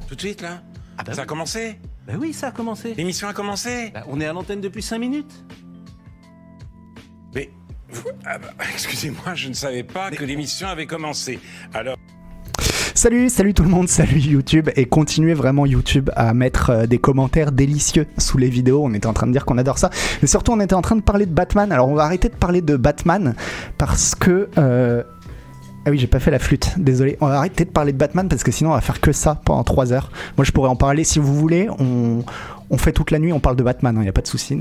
Tout de suite, là? Ah bah ça oui. a commencé? Bah oui, ça a commencé. L'émission a commencé? Bah, on est à l'antenne depuis 5 minutes. Mais... excusez-moi, je ne savais pas que l'émission avait commencé. Alors... Salut tout le monde, salut YouTube, et continuez vraiment YouTube à mettre des commentaires délicieux sous les vidéos. On était en train de dire qu'on adore ça, mais surtout on était en train de parler de Batman. Alors on va arrêter de parler de Batman parce que... Ah oui, j'ai pas fait la flûte, désolé. On va arrêter de parler de Batman parce que sinon on va faire que ça pendant 3 heures. Moi je pourrais en parler si vous voulez, on fait toute la nuit, on parle de Batman, y a pas de souci.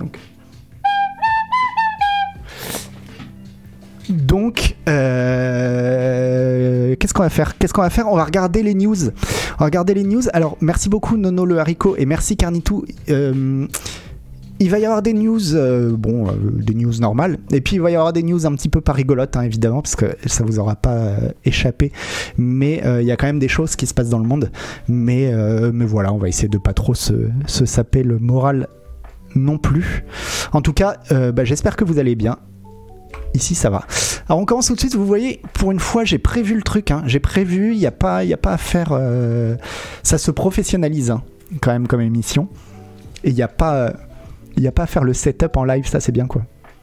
Donc, qu'est-ce qu'on va faire? On va regarder les news. Alors, merci beaucoup Nono le haricot et merci Carnitou. Il va y avoir des news, des news normales. Et puis il va y avoir des news un petit peu pas rigolotes, hein, évidemment, parce que ça vous aura pas échappé. Mais il y a quand même des choses qui se passent dans le monde. Mais voilà, on va essayer de pas trop se saper le moral non plus. En tout cas, j'espère que vous allez bien. Ici ça va. Alors on commence tout de suite, vous voyez, pour une fois j'ai prévu le truc, hein. J'ai prévu, il n'y a pas à faire... ça se professionnalise hein, quand même comme émission. Et il n'y a pas à faire le setup en live, ça c'est bien quoi.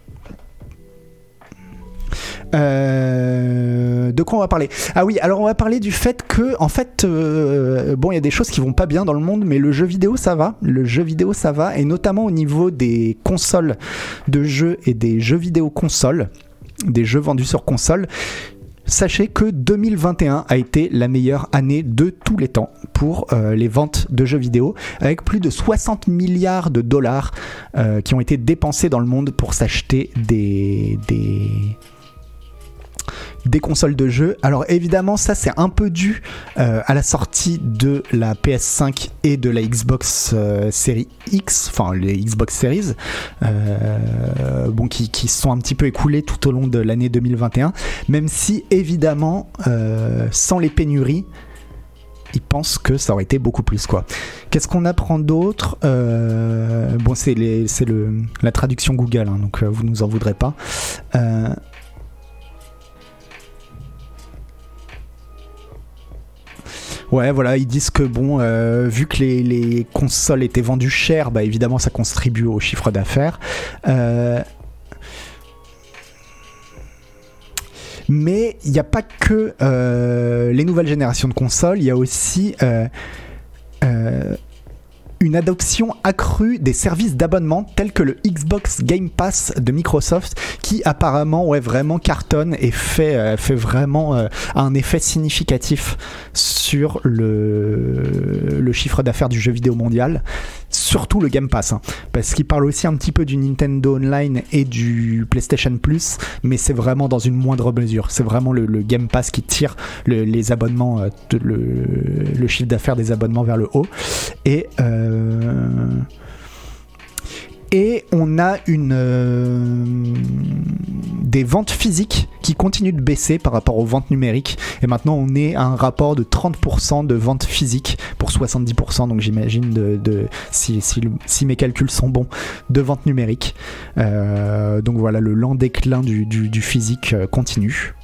De quoi on va parler? Ah oui, alors on va parler du fait que, en fait, il y a des choses qui vont pas bien dans le monde, mais le jeu vidéo ça va, et notamment au niveau des consoles de jeux et des jeux vidéo consoles, des jeux vendus sur console. Sachez que 2021 a été la meilleure année de tous les temps pour les ventes de jeux vidéo, avec plus de 60 milliards de dollars qui ont été dépensés dans le monde pour s'acheter des consoles de jeux. Alors évidemment ça c'est un peu dû à la sortie de la PS5 et de la Xbox Series X, enfin les Xbox Series qui se sont un petit peu écoulés tout au long de l'année 2021, même si évidemment sans les pénuries ils pensent que ça aurait été beaucoup plus quoi. Qu'est-ce qu'on apprend d'autre? C'est la traduction Google hein, donc vous nous en voudrez pas. Ouais, voilà, ils disent que vu que les consoles étaient vendues chères, évidemment ça contribue au chiffre d'affaires. Mais il n'y a pas que les nouvelles générations de consoles, il y a aussi une adoption accrue des services d'abonnement tels que le Xbox Game Pass de Microsoft qui apparemment vraiment cartonne et fait vraiment un effet significatif sur le chiffre d'affaires du jeu vidéo mondial, surtout le Game Pass hein, parce qu'il parle aussi un petit peu du Nintendo Online et du PlayStation Plus, mais c'est vraiment dans une moindre mesure. C'est vraiment le Game Pass qui tire les abonnements, le chiffre d'affaires des abonnements vers le haut. Et on a des ventes physiques qui continuent de baisser par rapport aux ventes numériques. Et maintenant, on est à un rapport de 30% de ventes physiques pour 70%. Donc j'imagine, si mes calculs sont bons, de ventes numériques. Donc voilà, le lent déclin du physique continue.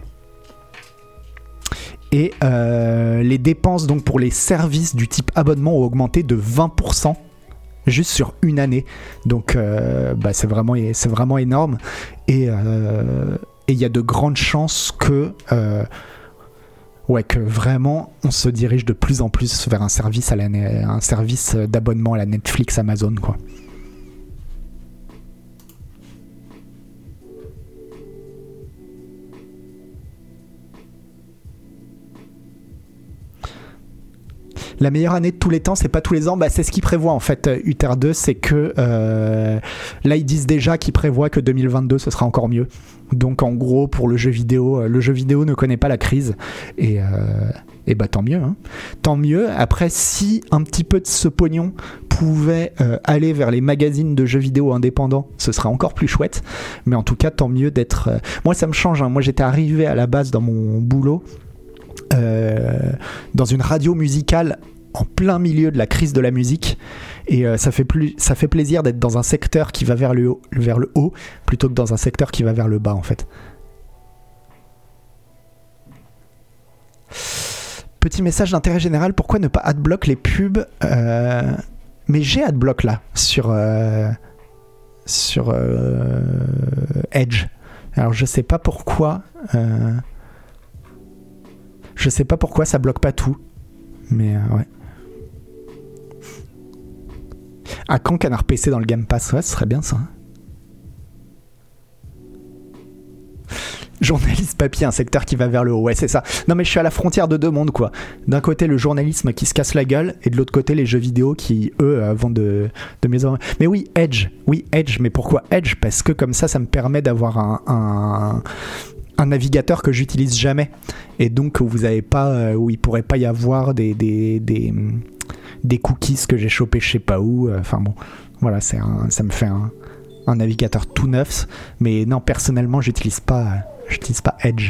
Et les dépenses donc pour les services du type abonnement ont augmenté de 20% juste sur une année. Donc c'est vraiment énorme. Et il y a de grandes chances que vraiment on se dirige de plus en plus vers un service d'abonnement à la Netflix, Amazon quoi. La meilleure année de tous les temps, c'est pas tous les ans, c'est ce qu'ils prévoient en fait. Uther 2, c'est que là ils disent déjà qu'ils prévoient que 2022 ce sera encore mieux. Donc en gros pour le jeu vidéo ne connaît pas la crise et tant mieux. Hein. Tant mieux. Après si un petit peu de ce pognon pouvait aller vers les magazines de jeux vidéo indépendants, ce serait encore plus chouette. Mais en tout cas tant mieux d'être. Moi ça me change. Hein. Moi j'étais arrivé à la base dans mon boulot. Dans une radio musicale en plein milieu de la crise de la musique et ça fait plaisir d'être dans un secteur qui va vers le haut plutôt que dans un secteur qui va vers le bas en fait. Petit message d'intérêt général, pourquoi ne pas adblock les pubs Mais j'ai adblock là, sur Edge. Alors je sais pas pourquoi ça bloque pas tout. Mais ouais. À quand Canard PC dans le Game Pass? Ouais, ce serait bien ça. Journaliste papier, un secteur qui va vers le haut. Ouais, c'est ça. Non, mais je suis à la frontière de deux mondes, quoi. D'un côté, le journalisme qui se casse la gueule, et de l'autre côté, les jeux vidéo qui, eux, vont de mieux en mieux. Mais oui, Edge. Mais pourquoi Edge? Parce que comme ça me permet d'avoir un navigateur que j'utilise jamais. Et donc, où vous avez pas, où il pourrait pas y avoir des cookies que j'ai chopés je sais pas où. Enfin bon, voilà, ça me fait un navigateur tout neuf. Mais non, personnellement, j'utilise pas Edge.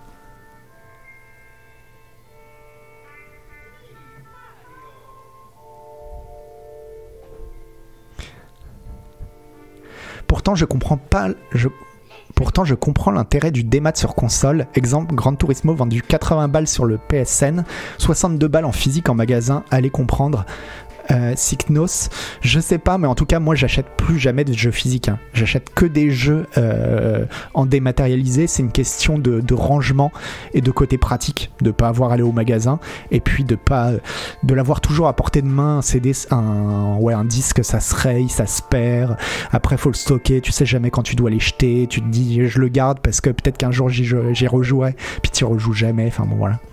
Pourtant, je comprends l'intérêt du démat sur console. Exemple, Gran Turismo vendu 80 balles sur le PSN, 62 balles en physique en magasin. Allez comprendre. Cycnos, je sais pas, mais en tout cas moi j'achète plus jamais de jeux physiques, hein. J'achète que des jeux en dématérialisé. C'est une question de rangement et de côté pratique, de pas avoir à aller au magasin, et puis de l'avoir toujours à portée de main. Un CD, un disque, ça se raye, ça se perd, après faut le stocker, tu sais jamais quand tu dois les jeter, tu te dis je le garde parce que peut-être qu'un jour j'y rejouerai, puis tu rejoues jamais, enfin bon voilà.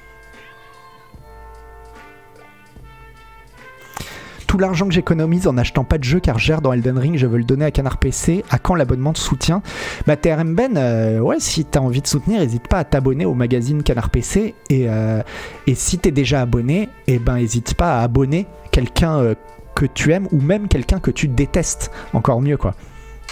Tout l'argent que j'économise en n'achetant pas de jeu car gère dans Elden Ring, je veux le donner à Canard PC. À quand l'abonnement de soutien? Bah TRM Ben, ouais, si t'as envie de soutenir, n'hésite pas à t'abonner au magazine Canard PC. Et si t'es déjà abonné, n'hésite pas à abonner quelqu'un que tu aimes ou même quelqu'un que tu détestes. Encore mieux, quoi.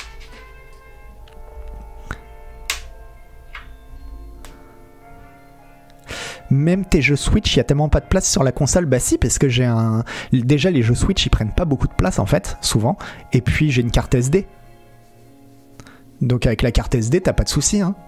Même tes jeux Switch, il y a tellement pas de place sur la console. Bah si, parce que déjà les jeux Switch ils prennent pas beaucoup de place en fait, souvent. Et puis j'ai une carte SD. Donc avec la carte SD, t'as pas de soucis, hein.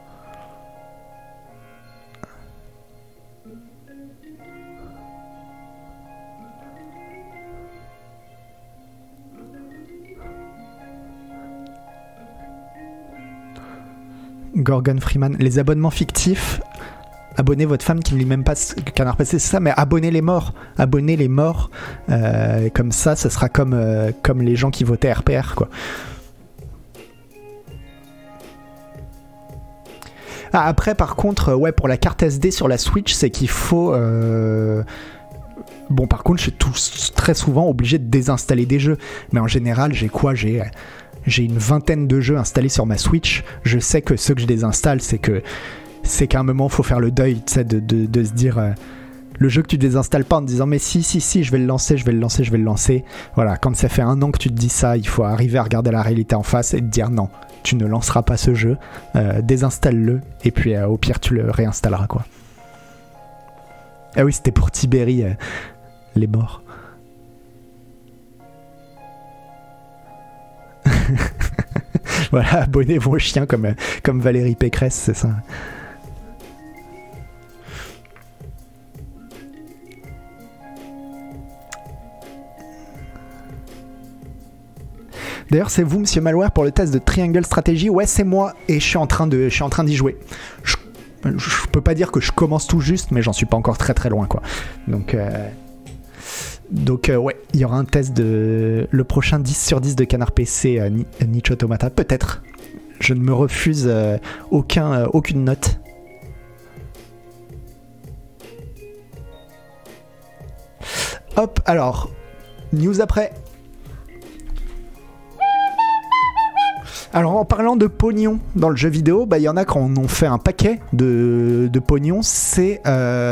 Gorgon Freeman, les abonnements fictifs. Abonnez votre femme qui ne lit même pas Canard PC, c'est ça, mais abonnez les morts. Comme ça, ce sera comme les gens qui votaient RPR, quoi. Ah, après, par contre, ouais, pour la carte SD sur la Switch, c'est qu'il faut... Bon, par contre, je suis très souvent obligé de désinstaller des jeux. Mais en général, j'ai une vingtaine de jeux installés sur ma Switch. Je sais que ceux que je désinstalle, c'est qu'à un moment, il faut faire le deuil, tu sais, de se dire... le jeu que tu désinstalles pas en te disant mais si, je vais le lancer. Voilà, quand ça fait 1 an que tu te dis ça, il faut arriver à regarder la réalité en face et te dire non, tu ne lanceras pas ce jeu, désinstalle-le, et puis au pire, tu le réinstalleras, quoi. Ah oui, c'était pour Tibéri, les morts. Voilà, abonnez-vous aux chiens comme Valérie Pécresse, c'est ça. D'ailleurs, c'est vous, Monsieur Malware, pour le test de Triangle Strategy. Ouais, c'est moi, et je suis en train d'y jouer. Je peux pas dire que je commence tout juste, mais j'en suis pas encore très très loin, quoi. Donc ouais, il y aura un test le prochain 10 sur 10 de Canard PC Niche Automata, peut-être. Je ne me refuse aucune note. Hop, alors, news après. Alors en parlant de pognon dans le jeu vidéo, il y en a qui en ont fait un paquet de pognon, c'est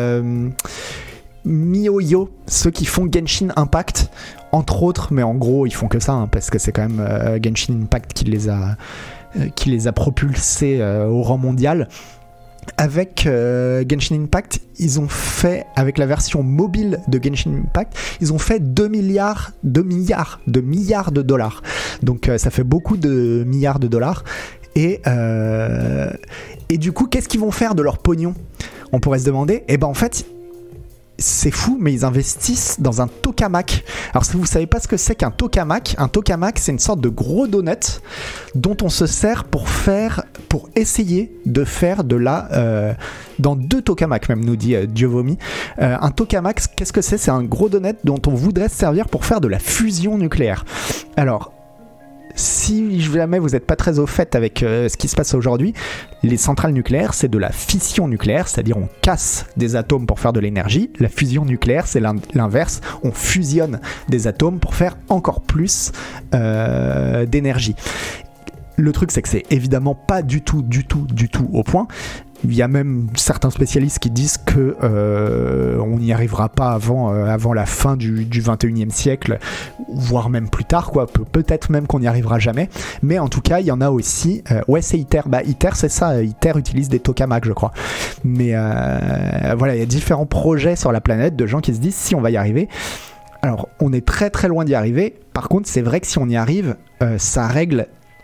MiHoYo, ceux qui font Genshin Impact, entre autres, mais en gros ils font que ça, hein, parce que c'est quand même Genshin Impact qui les a propulsés au rang mondial. Avec Genshin Impact, ils ont fait, avec la version mobile de Genshin Impact, ils ont fait 2 milliards de dollars. Donc ça fait beaucoup de milliards de dollars. Et du coup, qu'est-ce qu'ils vont faire de leur pognon? On pourrait se demander. Et ben en fait, c'est fou, mais ils investissent dans un tokamak. Alors si vous savez pas ce que c'est qu'un tokamak, c'est une sorte de gros donut dont on se sert pour essayer de faire de la... dans 2 tokamaks même, nous dit Dieu vomi. Un tokamak, qu'est-ce que c'est ? C'est un gros donut dont on voudrait se servir pour faire de la fusion nucléaire. Alors... si jamais vous n'êtes pas très au fait avec ce qui se passe aujourd'hui, les centrales nucléaires, c'est de la fission nucléaire, c'est-à-dire on casse des atomes pour faire de l'énergie. La fusion nucléaire, c'est l'inverse, on fusionne des atomes pour faire encore plus d'énergie. Le truc, c'est que c'est évidemment pas du tout au point. Il y a même certains spécialistes qui disent que on n'y arrivera pas avant la fin du 21e siècle, voire même plus tard, quoi. Peut-être même qu'on n'y arrivera jamais. Mais en tout cas, il y en a aussi. Ouais, c'est ITER. ITER, c'est ça. ITER utilise des tokamaks, je crois. Mais voilà, il y a différents projets sur la planète de gens qui se disent si on va y arriver. Alors, on est très très loin d'y arriver. Par contre, c'est vrai que si on y arrive, ça règle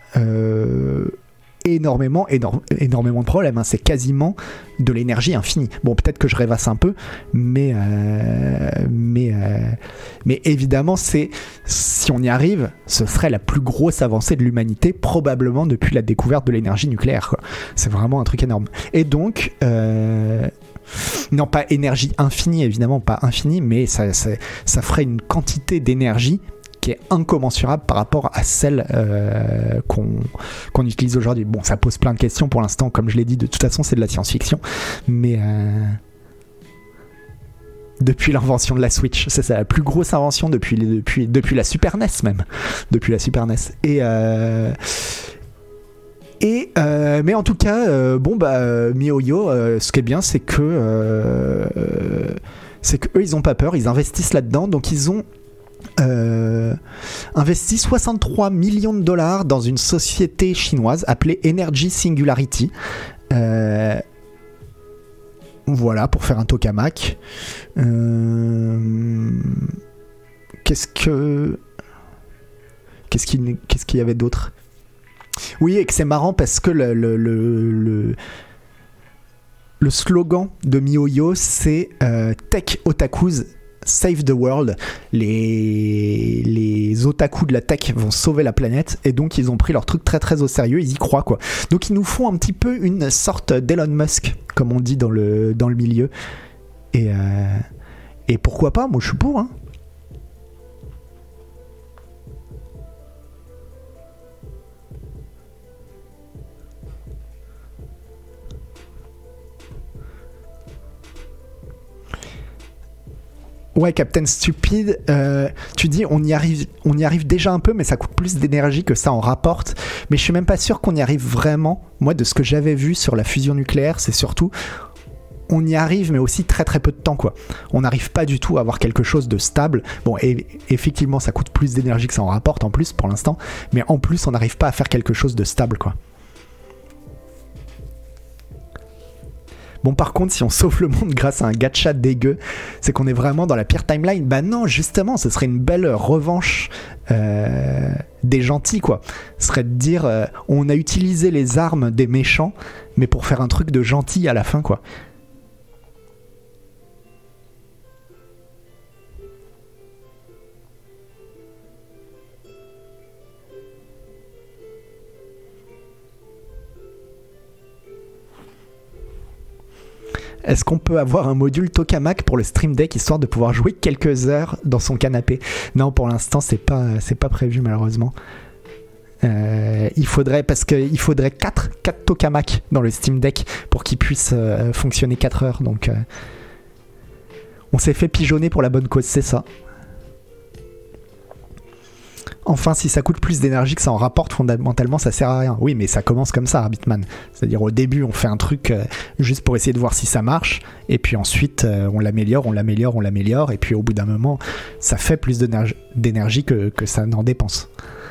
énormément de problèmes, hein. C'est quasiment de l'énergie infinie. Bon, peut-être que je rêvasse un peu, mais évidemment, si on y arrive, ce serait la plus grosse avancée de l'humanité, probablement depuis la découverte de l'énergie nucléaire, quoi. C'est vraiment un truc énorme. Et donc, non, pas énergie infinie, évidemment, pas infinie, mais ça ferait une quantité d'énergie qui est incommensurable par rapport à celle qu'on utilise aujourd'hui. Bon, ça pose plein de questions pour l'instant, comme je l'ai dit, de toute façon c'est de la science-fiction, mais depuis l'invention de la Switch, c'est la plus grosse invention depuis la Super NES même, depuis la Super NES. Mais en tout cas, MiHoYo, ce qui est bien, c'est que eux ils ont pas peur, ils investissent là-dedans, donc ils ont investi 63 millions de dollars dans une société chinoise appelée Energy Singularity. Voilà, pour faire un tokamak. Qu'est-ce qu'il y avait d'autre ? Oui, et que c'est marrant parce que le slogan de MiHoYo, c'est Tech Otakus Save the World. Les otakus de la tech vont sauver la planète, et donc ils ont pris leur truc très très au sérieux, ils y croient, quoi. Donc ils nous font un petit peu une sorte d'Elon Musk, comme on dit dans le milieu, et pourquoi pas, moi je suis pour, hein. Ouais, Captain Stupide, tu dis on y arrive déjà un peu, mais ça coûte plus d'énergie que ça en rapporte. Mais je suis même pas sûr qu'on y arrive vraiment. Moi, de ce que j'avais vu sur la fusion nucléaire, c'est surtout on y arrive, mais aussi très très peu de temps, quoi. On n'arrive pas du tout à avoir quelque chose de stable. Bon, et effectivement, ça coûte plus d'énergie que ça en rapporte en plus pour l'instant, mais en plus, on n'arrive pas à faire quelque chose de stable, quoi. Bon, par contre, si on sauve le monde grâce à un gacha dégueu, c'est qu'on est vraiment dans la pire timeline. Bah non, justement, ce serait une belle revanche des gentils, quoi. Ce serait de dire, on a utilisé les armes des méchants, mais pour faire un truc de gentil à la fin, quoi. Est-ce qu'on peut avoir un module tokamak pour le Stream Deck histoire de pouvoir jouer quelques heures dans son canapé ? Non, pour l'instant, c'est pas prévu, malheureusement. Il faudrait 4 tokamaks dans le Steam Deck pour qu'il puisse fonctionner 4 heures. Donc, on s'est fait pigeonner pour la bonne cause, c'est ça. Enfin, si ça coûte plus d'énergie que ça en rapporte, fondamentalement, ça sert à rien. Oui, mais ça commence comme ça, Bitman. C'est-à-dire, au début, on fait un truc juste pour essayer de voir si ça marche, et puis ensuite, on l'améliore, et puis au bout d'un moment, ça fait plus d'énergie que ça n'en dépense.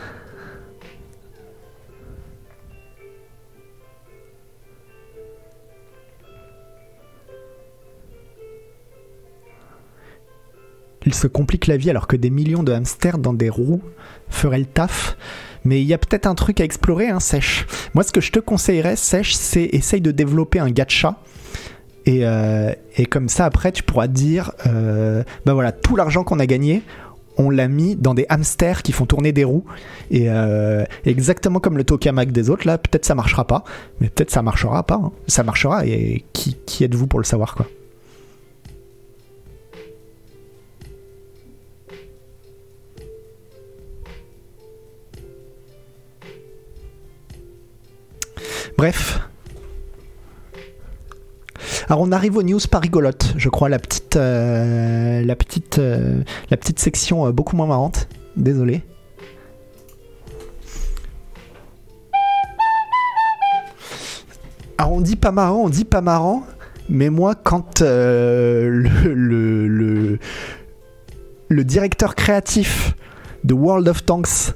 Il se complique la vie alors que des millions de hamsters dans des roues feraient le taf. Mais il y a peut-être un truc à explorer, hein, Sèche. Moi, ce que je te conseillerais, Sèche, c'est essaye de développer un gacha Et comme ça, après, tu pourras te dire, bah voilà, tout l'argent qu'on a gagné, on l'a mis dans des hamsters qui font tourner des roues. Et exactement comme le tokamak des autres, là, peut-être ça marchera pas, mais peut-être ça marchera pas. Hein. Ça marchera, et qui êtes-vous pour le savoir, quoi. Bref. Alors on arrive aux news pas rigolotes, je crois, la petite section beaucoup moins marrante. Désolé. Alors on dit pas marrant, mais moi quand le directeur créatif de World of Tanks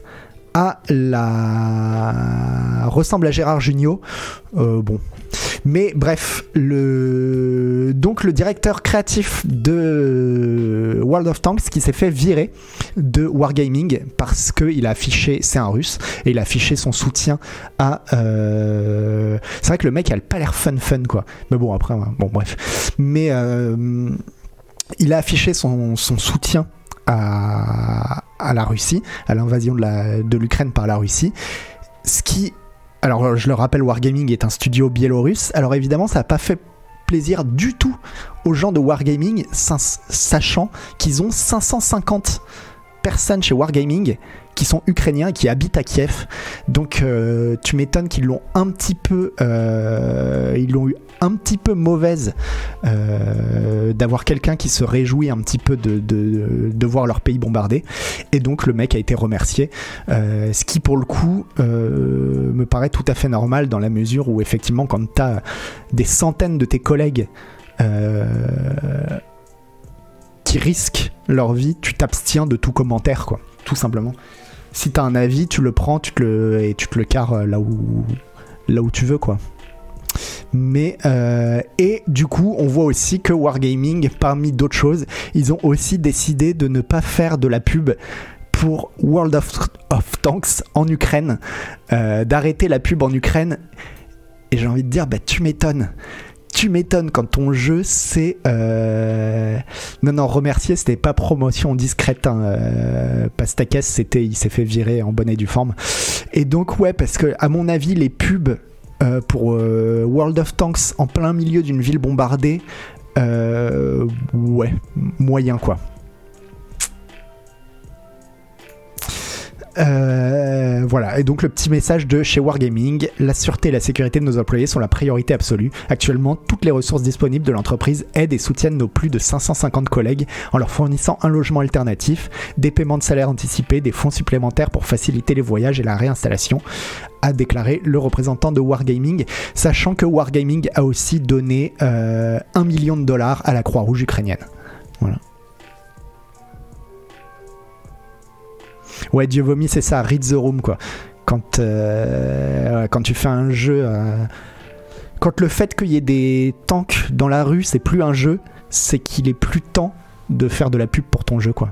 ressemble à Gérard Jugnot, bon. Mais bref, donc le directeur créatif de World of Tanks qui s'est fait virer de Wargaming parce qu'il a affiché, c'est un russe, et il a affiché son soutien à... C'est vrai que le mec a pas l'air fun quoi. Mais bon, après, bon bref. Mais il a affiché son soutien à la Russie, à l'invasion de l'Ukraine par la Russie. Ce qui... Alors, je le rappelle, Wargaming est un studio biélorusse. Alors évidemment, ça n'a pas fait plaisir du tout aux gens de Wargaming, sachant qu'ils ont 550 personnes chez Wargaming qui sont ukrainiens et qui habitent à Kiev. Donc, tu m'étonnes qu'ils l'ont un petit peu... ils l'ont eu un petit peu mauvaise d'avoir quelqu'un qui se réjouit un petit peu de voir leur pays bombardé, et donc le mec a été remercié, ce qui pour le coup me paraît tout à fait normal, dans la mesure où effectivement quand t'as des centaines de tes collègues qui risquent leur vie, tu t'abstiens de tout commentaire, quoi, tout simplement. Si t'as un avis, tu le prends, tu te le carres là où tu veux, quoi. Mais et du coup on voit aussi que Wargaming, parmi d'autres choses, ils ont aussi décidé de ne pas faire de la pub pour World of Tanks en Ukraine, d'arrêter la pub en Ukraine. Et j'ai envie de dire, bah tu m'étonnes quand ton jeu c'est non remercier, c'était pas promotion discrète, hein. Pastakès, il s'est fait virer en bonne et due forme. Et donc ouais, parce que à mon avis les pubs pour World of Tanks en plein milieu d'une ville bombardée, ouais, moyen quoi. Voilà, et donc le petit message de chez Wargaming: la sûreté et la sécurité de nos employés sont la priorité absolue. Actuellement, toutes les ressources disponibles de l'entreprise aident et soutiennent nos plus de 550 collègues en leur fournissant un logement alternatif, des paiements de salaire anticipés, des fonds supplémentaires pour faciliter les voyages et la réinstallation, a déclaré le représentant de Wargaming, sachant que Wargaming a aussi donné $1 million à la Croix-Rouge ukrainienne. Voilà. Ouais, Dieu vomit, c'est ça, read the room, quoi. Quand tu fais un jeu... quand le fait qu'il y ait des tanks dans la rue, c'est plus un jeu, c'est qu'il est plus temps de faire de la pub pour ton jeu, quoi.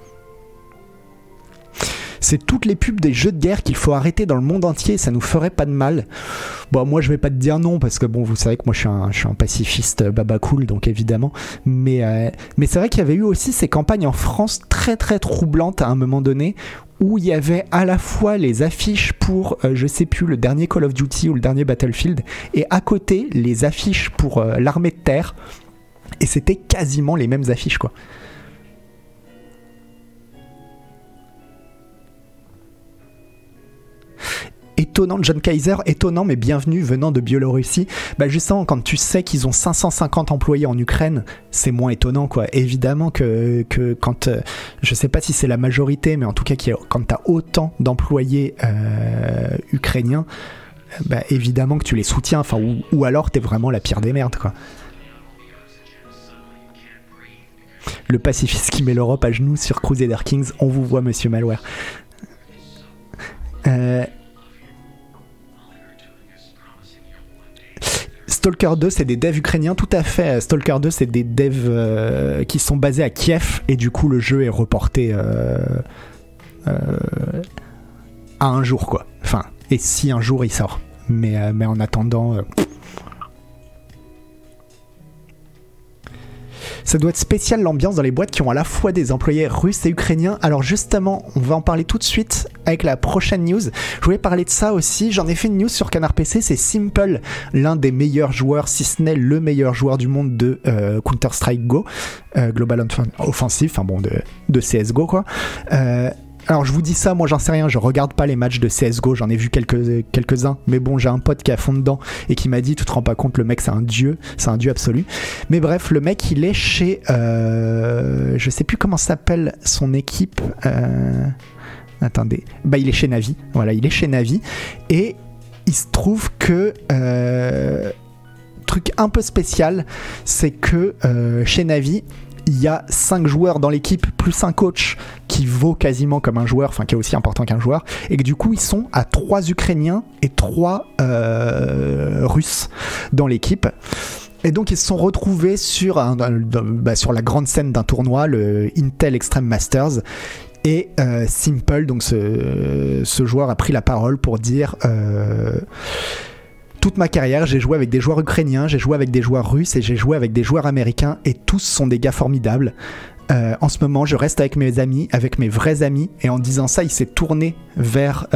C'est toutes les pubs des jeux de guerre qu'il faut arrêter dans le monde entier, ça nous ferait pas de mal. Bon, moi je vais pas te dire non, parce que bon, vous savez que moi je suis un pacifiste baba cool, donc évidemment. Mais c'est vrai qu'il y avait eu aussi ces campagnes en France très très troublantes à un moment donné, où il y avait à la fois les affiches pour, je sais plus, le dernier Call of Duty ou le dernier Battlefield, et à côté les affiches pour l'armée de terre, et c'était quasiment les mêmes affiches, quoi. Étonnant, John Kaiser, étonnant mais bienvenue venant de Biélorussie. Bah justement, quand tu sais qu'ils ont 550 employés en Ukraine, c'est moins étonnant, quoi. Évidemment que quand, je sais pas si c'est la majorité, mais en tout cas quand t'as autant d'employés ukrainiens, bah évidemment que tu les soutiens, enfin, ou alors t'es vraiment la pire des merdes, quoi. Le pacifiste qui met l'Europe à genoux sur Crusader Kings, on vous voit, monsieur Malware. Stalker 2, c'est des devs ukrainiens, tout à fait. Stalker 2, c'est des devs qui sont basés à Kiev, et du coup le jeu est reporté à un jour, quoi. Enfin, et si un jour il sort. Mais en attendant... Ça doit être spécial l'ambiance dans les boîtes qui ont à la fois des employés russes et ukrainiens. Alors justement, on va en parler tout de suite avec la prochaine news. Je voulais parler de ça aussi. J'en ai fait une news sur Canard PC. C'est Simple, l'un des meilleurs joueurs, si ce n'est le meilleur joueur du monde de Counter-Strike Go, Global Offensive, enfin bon, de CSGO quoi. Alors je vous dis ça, moi j'en sais rien, je regarde pas les matchs de CSGO, j'en ai vu quelques-uns, mais bon, j'ai un pote qui est à fond dedans et qui m'a dit, tu te rends pas compte, le mec c'est un dieu absolu. Mais bref, le mec il est chez, je sais plus comment s'appelle son équipe, attendez, bah il est chez Navi, voilà, il est chez Navi, et il se trouve que, truc un peu spécial, c'est que chez Navi, il y a 5 joueurs dans l'équipe plus un coach qui vaut quasiment comme un joueur, enfin qui est aussi important qu'un joueur, et que du coup ils sont à 3 Ukrainiens et 3 Russes dans l'équipe. Et donc ils se sont retrouvés sur la grande scène d'un tournoi, le Intel Extreme Masters. Et Simple, donc ce joueur a pris la parole pour dire toute ma carrière, j'ai joué avec des joueurs ukrainiens, j'ai joué avec des joueurs russes et j'ai joué avec des joueurs américains et tous sont des gars formidables. En ce moment, je reste avec mes amis, avec mes vrais amis, et en disant ça, il s'est tourné vers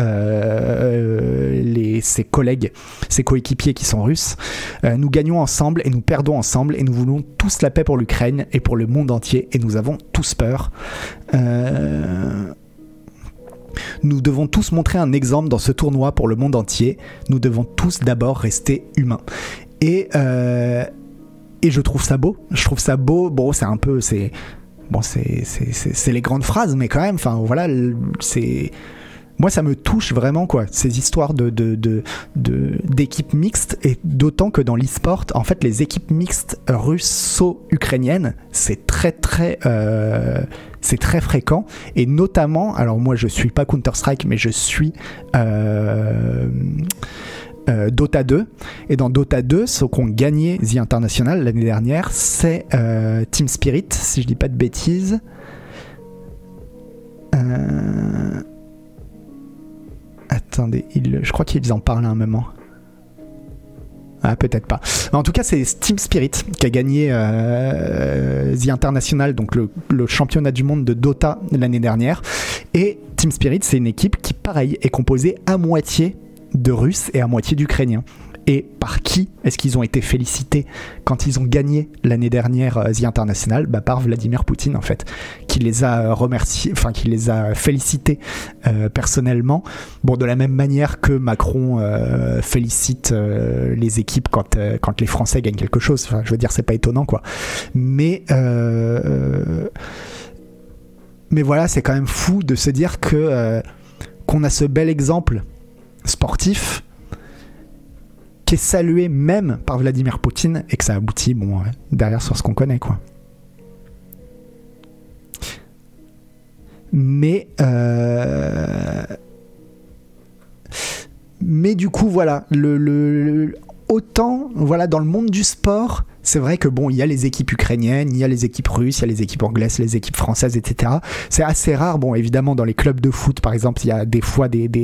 ses collègues, ses coéquipiers qui sont russes. Nous gagnons ensemble et nous perdons ensemble et nous voulons tous la paix pour l'Ukraine et pour le monde entier et nous avons tous peur. Nous devons tous montrer un exemple dans ce tournoi pour le monde entier. Nous devons tous d'abord rester humains. Et je trouve ça beau. Je trouve ça beau. Bon, c'est un peu... c'est les grandes phrases, mais quand même, enfin voilà, moi ça me touche vraiment quoi, ces histoires d'équipes mixtes, et d'autant que dans l'e-sport, en fait, les équipes mixtes russo-ukrainiennes, c'est très fréquent, et notamment, alors moi je suis pas Counter-Strike, mais je suis Dota 2, et dans Dota 2, ceux qui ont gagné The International l'année dernière, c'est Team Spirit, si je dis pas de bêtises. Attendez, je crois qu'ils en parlent à un moment. Ah, peut-être pas. En tout cas, c'est Team Spirit qui a gagné The International, donc le championnat du monde de Dota l'année dernière. Et Team Spirit, c'est une équipe qui, pareil, est composée à moitié de Russes et à moitié d'Ukrainiens. Et par qui est-ce qu'ils ont été félicités quand ils ont gagné l'année dernière The International ? Bah, par Vladimir Poutine, en fait, qui les a remerciés, enfin qui les a félicités personnellement. Bon, de la même manière que Macron félicite les équipes quand les Français gagnent quelque chose. Enfin, je veux dire, c'est pas étonnant, quoi. Mais voilà, c'est quand même fou de se dire qu'on a ce bel exemple sportif qui est salué même par Vladimir Poutine et que ça aboutit derrière sur ce qu'on connaît, quoi. Mais du coup voilà, autant voilà, dans le monde du sport, c'est vrai que bon, il y a les équipes ukrainiennes, il y a les équipes russes, il y a les équipes anglaises, les équipes françaises, etc. C'est assez rare. Bon, évidemment, dans les clubs de foot, par exemple, il y a des fois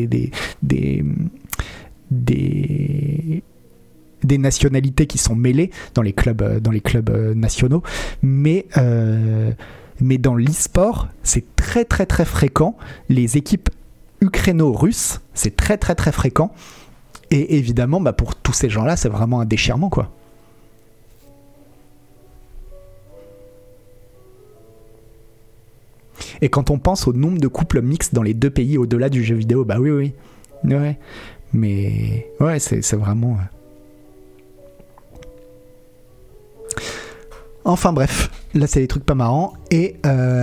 des nationalités qui sont mêlées dans les clubs nationaux, mais dans l'e-sport, c'est très très très fréquent. Les équipes ukraino-russes, c'est très très très fréquent, et évidemment, bah, pour tous ces gens-là, c'est vraiment un déchirement, quoi. Et quand on pense au nombre de couples mixtes dans les deux pays au-delà du jeu vidéo, bah oui, ouais. Mais ouais, c'est vraiment... Enfin bref, là c'est des trucs pas marrants. Et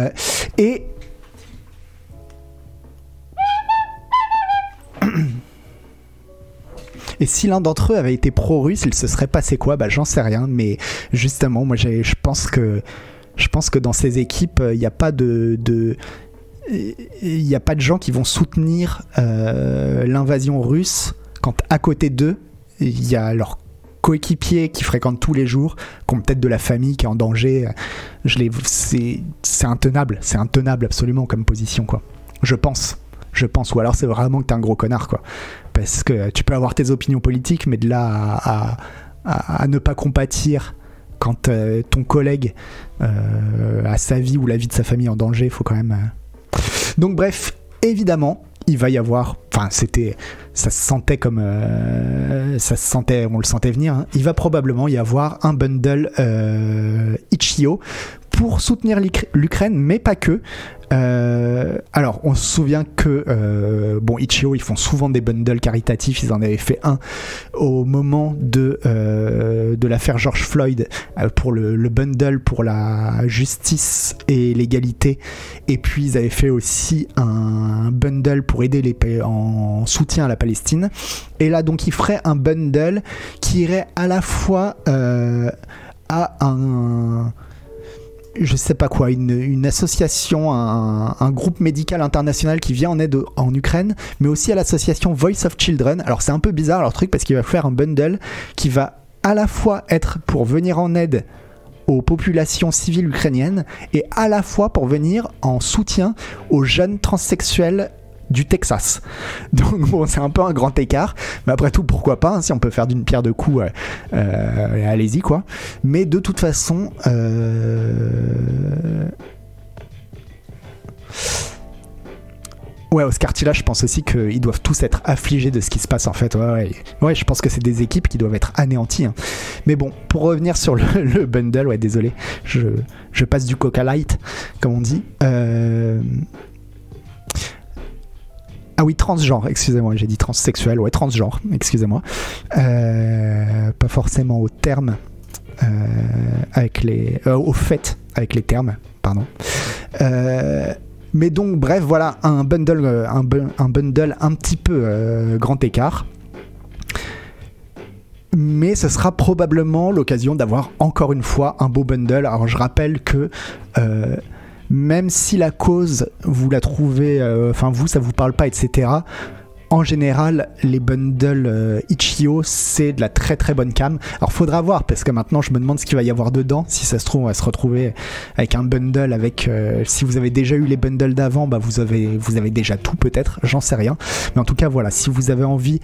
si l'un d'entre eux avait été pro-russe, il se serait passé quoi ? Bah j'en sais rien, mais justement, moi je pense que dans ces équipes, il n'y a pas de gens qui vont soutenir l'invasion russe quand à côté d'eux, il y a leurs coéquipiers qui fréquentent tous les jours, qui ont peut-être de la famille qui est en danger. C'est intenable absolument comme position, quoi. Je pense. Ou alors c'est vraiment que t'es un gros connard, quoi. Parce que tu peux avoir tes opinions politiques, mais de là à ne pas compatir quand ton collègue a sa vie ou la vie de sa famille en danger, il faut quand même... Donc bref, évidemment, il va y avoir... Enfin, ça se sentait comme... on le sentait venir. Hein. Il va probablement y avoir un bundle itch.io pour soutenir l'Ukraine, mais pas que. Alors, on se souvient que itch.io, ils font souvent des bundles caritatifs. Ils en avaient fait un au moment de l'affaire George Floyd pour le bundle pour la justice et l'égalité. Et puis, ils avaient fait aussi un bundle pour aider en soutien à la Palestine. Et là, donc, ils feraient un bundle qui irait à la fois à je sais pas quoi, une association, un groupe médical international qui vient en aide en Ukraine, mais aussi à l'association Voice of Children. Alors c'est un peu bizarre leur truc parce qu'il va faire un bundle qui va à la fois être pour venir en aide aux populations civiles ukrainiennes et à la fois pour venir en soutien aux jeunes transsexuels du Texas. Donc bon, c'est un peu un grand écart, mais après tout, pourquoi pas, hein, si on peut faire d'une pierre deux coups, allez-y quoi. Mais de toute façon, ouais, Oscar Tilla, je pense aussi qu'ils doivent tous être affligés de ce qui se passe en fait. Ouais, je pense que c'est des équipes qui doivent être anéanties. Hein. Mais bon, pour revenir sur le bundle, ouais, désolé, je passe du Coca Light, comme on dit. Ah oui, transgenre, excusez-moi, j'ai dit transsexuel, ouais, transgenre, excusez-moi. Pas forcément au terme, au fait avec les termes, pardon. Mais donc, bref, voilà, un bundle un petit peu grand écart. Mais ce sera probablement l'occasion d'avoir encore une fois un beau bundle. Alors je rappelle que... même si la cause, vous la trouvez, ça vous parle pas, etc. En général, les bundles itch.io, c'est de la très très bonne cam. Alors faudra voir, parce que maintenant je me demande ce qu'il va y avoir dedans. Si ça se trouve, on va se retrouver avec un bundle avec... si vous avez déjà eu les bundles d'avant, bah vous avez déjà tout peut-être, j'en sais rien. Mais en tout cas, voilà, si vous avez envie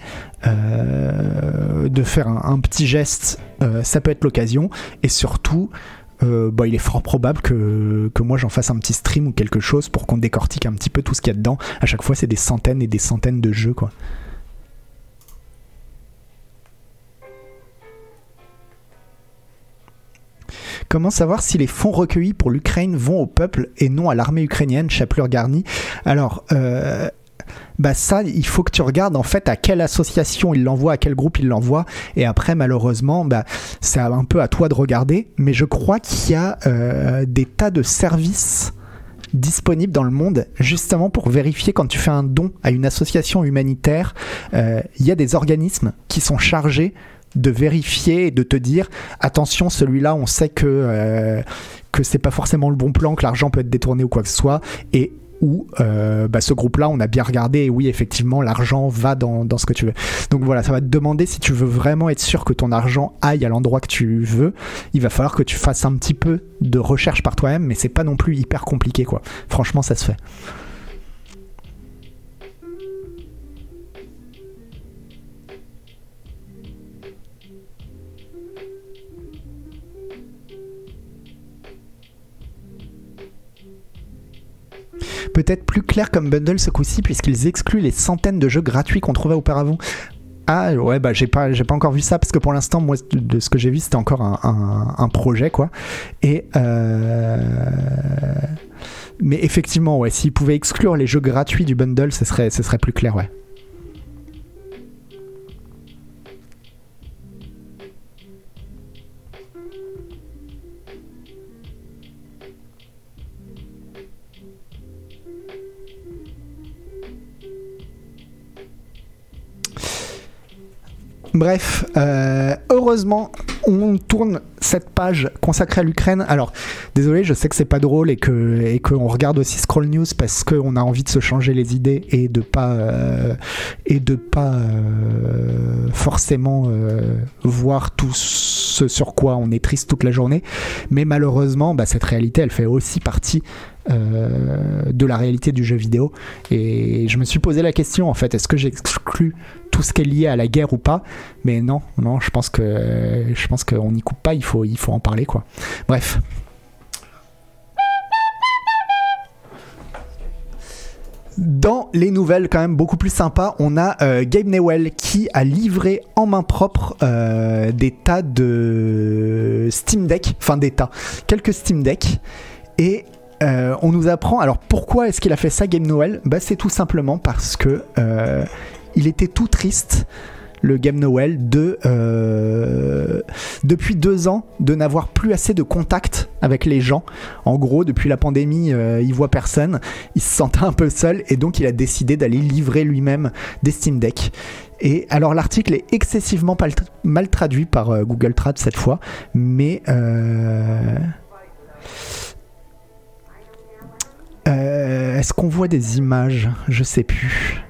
de faire un petit geste, ça peut être l'occasion. Et surtout... il est fort probable que moi j'en fasse un petit stream ou quelque chose pour qu'on décortique un petit peu tout ce qu'il y a dedans. À chaque fois c'est des centaines et des centaines de jeux quoi. Comment savoir si les fonds recueillis pour l'Ukraine vont au peuple et non à l'armée ukrainienne, chapelure garnie? Alors ça, il faut que tu regardes en fait à quelle association il l'envoie, à quel groupe il l'envoie, et après malheureusement c'est un peu à toi de regarder, mais je crois qu'il y a des tas de services disponibles dans le monde justement pour vérifier quand tu fais un don à une association humanitaire. Il y a des organismes qui sont chargés de vérifier et de te dire attention, celui-là on sait que c'est pas forcément le bon plan, que l'argent peut être détourné ou quoi que ce soit, et où ce groupe-là, on a bien regardé et oui, effectivement, l'argent va dans ce que tu veux. Donc voilà, ça va te demander si tu veux vraiment être sûr que ton argent aille à l'endroit que tu veux. Il va falloir que tu fasses un petit peu de recherche par toi-même, mais c'est pas non plus hyper compliqué, quoi. Franchement, ça se fait. Peut-être plus clair comme bundle ce coup-ci puisqu'ils excluent les centaines de jeux gratuits qu'on trouvait auparavant. Ah ouais, j'ai pas encore vu ça parce que pour l'instant, moi, de ce que j'ai vu, c'était encore un projet quoi. Et mais effectivement, ouais, s'ils pouvaient exclure les jeux gratuits du bundle, ce serait plus clair, ouais. Bref, heureusement, on tourne cette page consacrée à l'Ukraine. Alors, désolé, je sais que c'est pas drôle et qu'on regarde aussi Scroll News parce qu'on a envie de se changer les idées et de pas forcément voir tout ce sur quoi on est triste toute la journée. Mais malheureusement, cette réalité, elle fait aussi partie de la réalité du jeu vidéo. Et je me suis posé la question, en fait, est-ce que j'exclus tout ce qui est lié à la guerre ou pas. Mais non, je pense qu'on n'y coupe pas, il faut en parler, quoi. Bref. Dans les nouvelles quand même beaucoup plus sympas, on a Gabe Newell qui a livré en main propre des tas de Steam Deck, quelques Steam Deck, et on nous apprend, alors pourquoi est-ce qu'il a fait ça, Gabe Newell ? C'est tout simplement parce que il était tout triste, le Gabe Newell, depuis 2 ans, de n'avoir plus assez de contact avec les gens. En gros, depuis la pandémie, il voit personne, il se sentait un peu seul, et donc il a décidé d'aller livrer lui-même des Steam Deck. Et alors l'article est excessivement mal traduit par Google Trad cette fois, mais est-ce qu'on voit des images ? Je sais plus.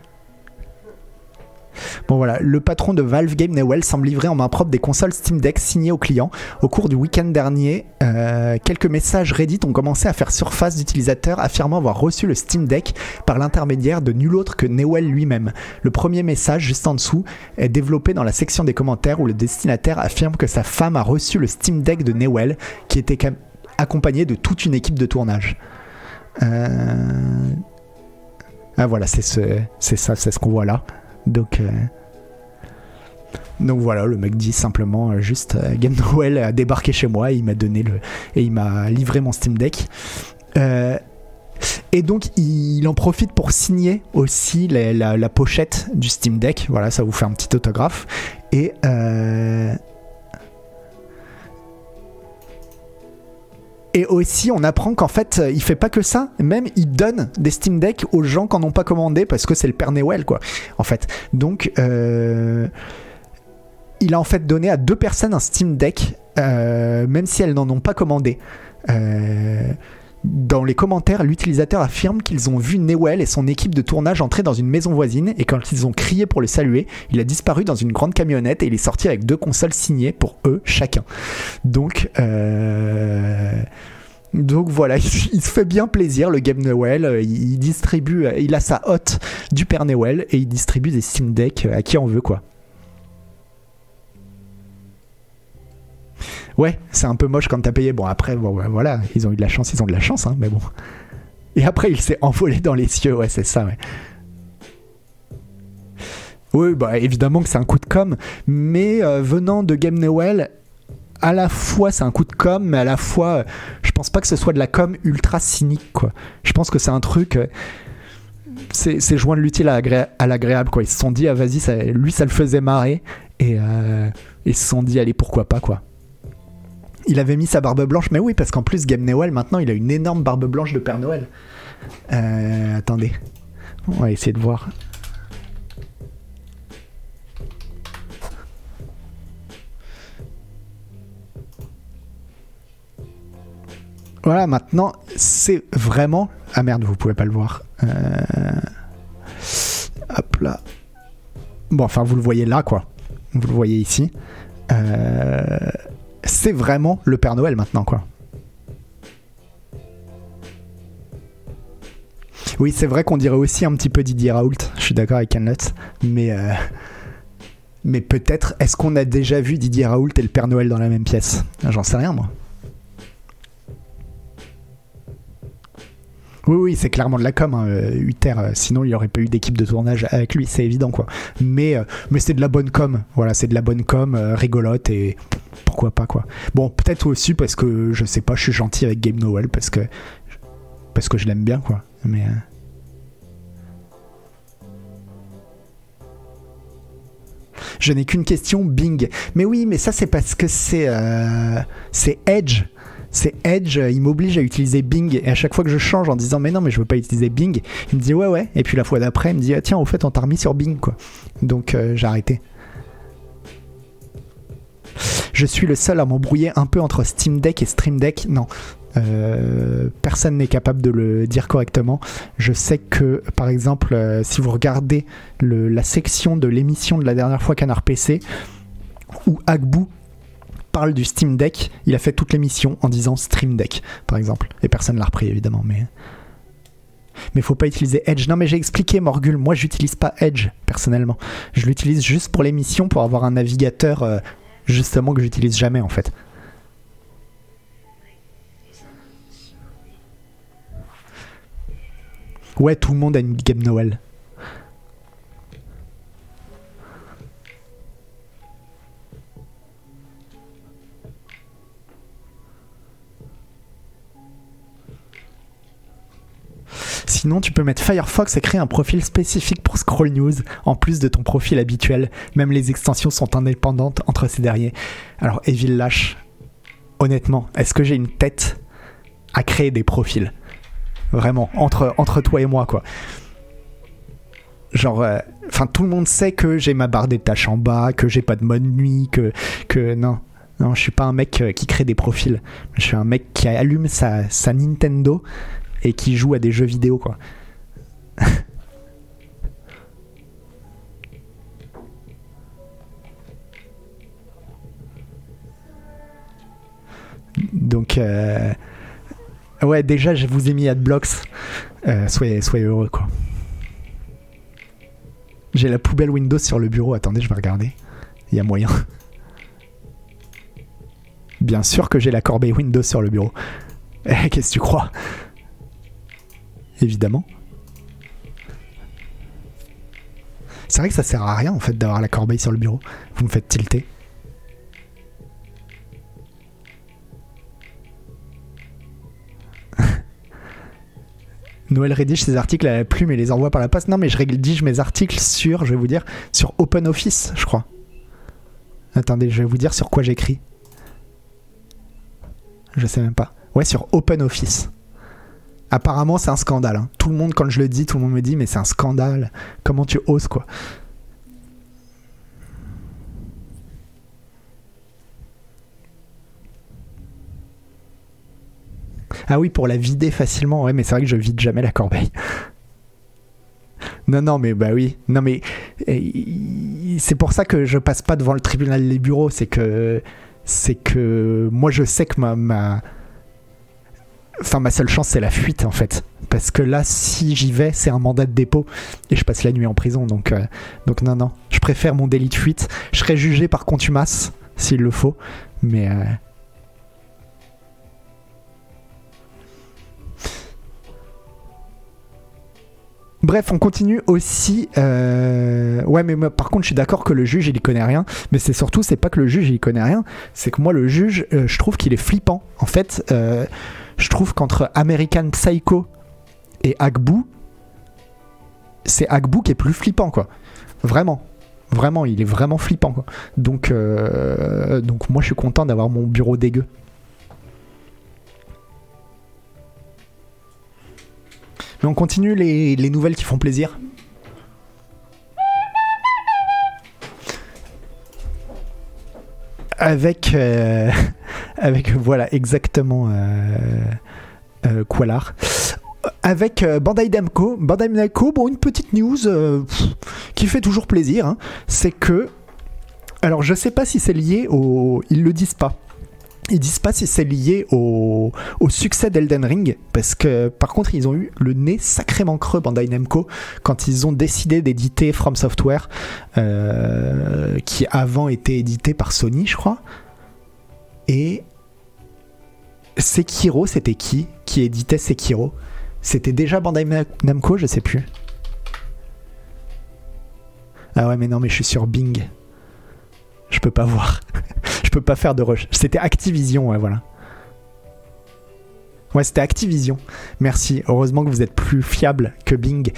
Bon voilà, le patron de Valve, Gabe Newell, semble livrer en main propre des consoles Steam Deck signées aux clients. Au cours du week-end dernier, quelques messages Reddit ont commencé à faire surface d'utilisateurs affirmant avoir reçu le Steam Deck par l'intermédiaire de nul autre que Newell lui-même. Le premier message, juste en dessous, est développé dans la section des commentaires où le destinataire affirme que sa femme a reçu le Steam Deck de Newell, qui était accompagné de toute une équipe de tournage. Voilà, c'est ce qu'on voit là. Donc voilà, le mec dit simplement juste Gabe Newell a débarqué chez moi, et il m'a livré mon Steam Deck. Et donc il en profite pour signer aussi la pochette du Steam Deck. Voilà, ça vous fait un petit autographe. Et aussi, on apprend qu'en fait, il fait pas que ça. Même, il donne des Steam Deck aux gens qui n'en ont pas commandé parce que c'est le Père Newell, quoi. En fait. Donc, il a en fait donné à 2 personnes un Steam Deck, même si elles n'en ont pas commandé. Dans les commentaires, l'utilisateur affirme qu'ils ont vu Newell et son équipe de tournage entrer dans une maison voisine, et quand ils ont crié pour le saluer, il a disparu dans une grande camionnette et il est sorti avec 2 consoles signées pour eux chacun. Donc voilà, il se fait bien plaisir, le Gabe Newell. Il a sa hotte du Père Newell et il distribue des Steam Deck à qui en veut, quoi. Ouais, c'est un peu moche quand t'as payé. Bon, après, voilà, ils ont de la chance, hein, mais bon. Et après, il s'est envolé dans les cieux, ouais, c'est ça, ouais. Oui, évidemment que c'est un coup de com', mais venant de Gabe Newell, à la fois c'est un coup de com', mais à la fois, je pense pas que ce soit de la com' ultra cynique, quoi. Je pense que c'est un truc... c'est joindre l'utile à l'agréable, quoi. Ils se sont dit, vas-y, ça le faisait marrer, et ils se sont dit, allez, pourquoi pas, quoi. Il avait mis sa barbe blanche, mais oui, parce qu'en plus, Gabe Newell, maintenant, il a une énorme barbe blanche de Père Noël. Attendez, on va essayer de voir. Voilà, maintenant, c'est vraiment... Ah merde, vous pouvez pas le voir. Hop là. Bon, enfin, vous le voyez là, quoi. Vous le voyez ici. C'est vraiment le Père Noël maintenant, quoi. Oui, c'est vrai qu'on dirait aussi un petit peu Didier Raoult. Je suis d'accord avec Canlot, mais peut-être, est-ce qu'on a déjà vu Didier Raoult et le Père Noël dans la même pièce ? J'en sais rien, moi. Oui, c'est clairement de la com, hein, Uther, sinon il n'y aurait pas eu d'équipe de tournage avec lui, c'est évident, quoi. Mais c'est de la bonne com, voilà, c'est de la bonne com, rigolote, et pourquoi pas, quoi. Bon, peut-être aussi parce que, je sais pas, je suis gentil avec Gabe Newell, parce que je l'aime bien, quoi. Mais... Je n'ai qu'une question, Bing. Mais oui, mais ça c'est parce que c'est Edge. C'est Edge, il m'oblige à utiliser Bing, et à chaque fois que je change en disant mais non mais je veux pas utiliser Bing, il me dit ouais, et puis la fois d'après il me dit ah, tiens au fait on t'a remis sur Bing, quoi. Donc j'ai arrêté. Je suis le seul à m'embrouiller un peu entre Steam Deck et Stream Deck. Non, personne n'est capable de le dire correctement. Je sais que par exemple si vous regardez la section de l'émission de la dernière fois Canard PC, où Agbu parle du Steam Deck, il a fait toute l'émission en disant Stream Deck, par exemple. Et personne l'a repris, évidemment. Mais faut pas utiliser Edge. Non, mais j'ai expliqué, Morgul. Moi, j'utilise pas Edge, personnellement. Je l'utilise juste pour l'émission, pour avoir un navigateur, justement, que j'utilise jamais, en fait. Ouais, tout le monde a une game Noël. Sinon, tu peux mettre Firefox et créer un profil spécifique pour Scroll News, en plus de ton profil habituel. Même les extensions sont indépendantes entre ces derniers. Alors, Evil Lash, honnêtement, est-ce que j'ai une tête à créer des profils ? Vraiment, entre toi et moi, quoi. Genre, tout le monde sait que j'ai ma barre des tâches en bas, que j'ai pas de mode nuit, que non, je suis pas un mec qui crée des profils. Je suis un mec qui allume sa Nintendo et qui joue à des jeux vidéo, quoi. Donc, ouais, déjà, je vous ai mis Adblocks. Soyez heureux, quoi. J'ai la poubelle Windows sur le bureau. Attendez, je vais regarder. Il y a moyen. Bien sûr que j'ai la corbeille Windows sur le bureau. Qu'est-ce que tu crois ? Évidemment. C'est vrai que ça sert à rien, en fait, d'avoir la corbeille sur le bureau. Vous me faites tilter. Noël rédige ses articles à la plume et les envoie par la poste. Non, mais je rédige mes articles sur, je vais vous dire, sur OpenOffice, je crois. Attendez, je vais vous dire sur quoi j'écris. Je sais même pas. Ouais, sur OpenOffice. Apparemment, c'est un scandale. Hein. Tout le monde, quand je le dis, tout le monde me dit, mais c'est un scandale. Comment tu oses, quoi ? Ah oui, pour la vider facilement, ouais, mais c'est vrai que je vide jamais la corbeille. Non, mais bah oui. Non, mais c'est pour ça que je passe pas devant le tribunal des bureaux. C'est que moi, je sais que ma seule chance, c'est la fuite, en fait. Parce que là, si j'y vais, c'est un mandat de dépôt et je passe la nuit en prison. Donc non. Je préfère mon délit de fuite. Je serai jugé par contumace, s'il le faut. Mais... Bref, on continue aussi. Ouais, mais moi, par contre, je suis d'accord que le juge, il y connaît rien. Mais c'est pas que le juge, il y connaît rien. C'est que moi, le juge, je trouve qu'il est flippant. En fait, je trouve qu'entre American Psycho et Agbu, c'est Agbu qui est plus flippant, quoi. Vraiment, il est vraiment flippant, quoi. Donc moi, je suis content d'avoir mon bureau dégueu. Mais on continue les nouvelles qui font plaisir. Avec voilà, exactement Qualar. Avec Bandai Namco. Bandai Namco, bon, une petite news qui fait toujours plaisir. Hein, c'est que... Alors, je sais pas si c'est lié au... Ils le disent pas. Ils disent pas si c'est lié au succès d'Elden Ring, parce que par contre ils ont eu le nez sacrément creux, Bandai Namco, quand ils ont décidé d'éditer From Software, qui avant était édité par Sony, je crois. Et Sekiro, c'était qui éditait Sekiro? C'était déjà Bandai Namco, je sais plus. Ah ouais, mais non, mais je suis sur Bing. Je peux pas voir. Je peux pas faire de rush. C'était Activision, ouais, voilà. Ouais, c'était Activision. Merci. Heureusement que vous êtes plus fiable que Bing.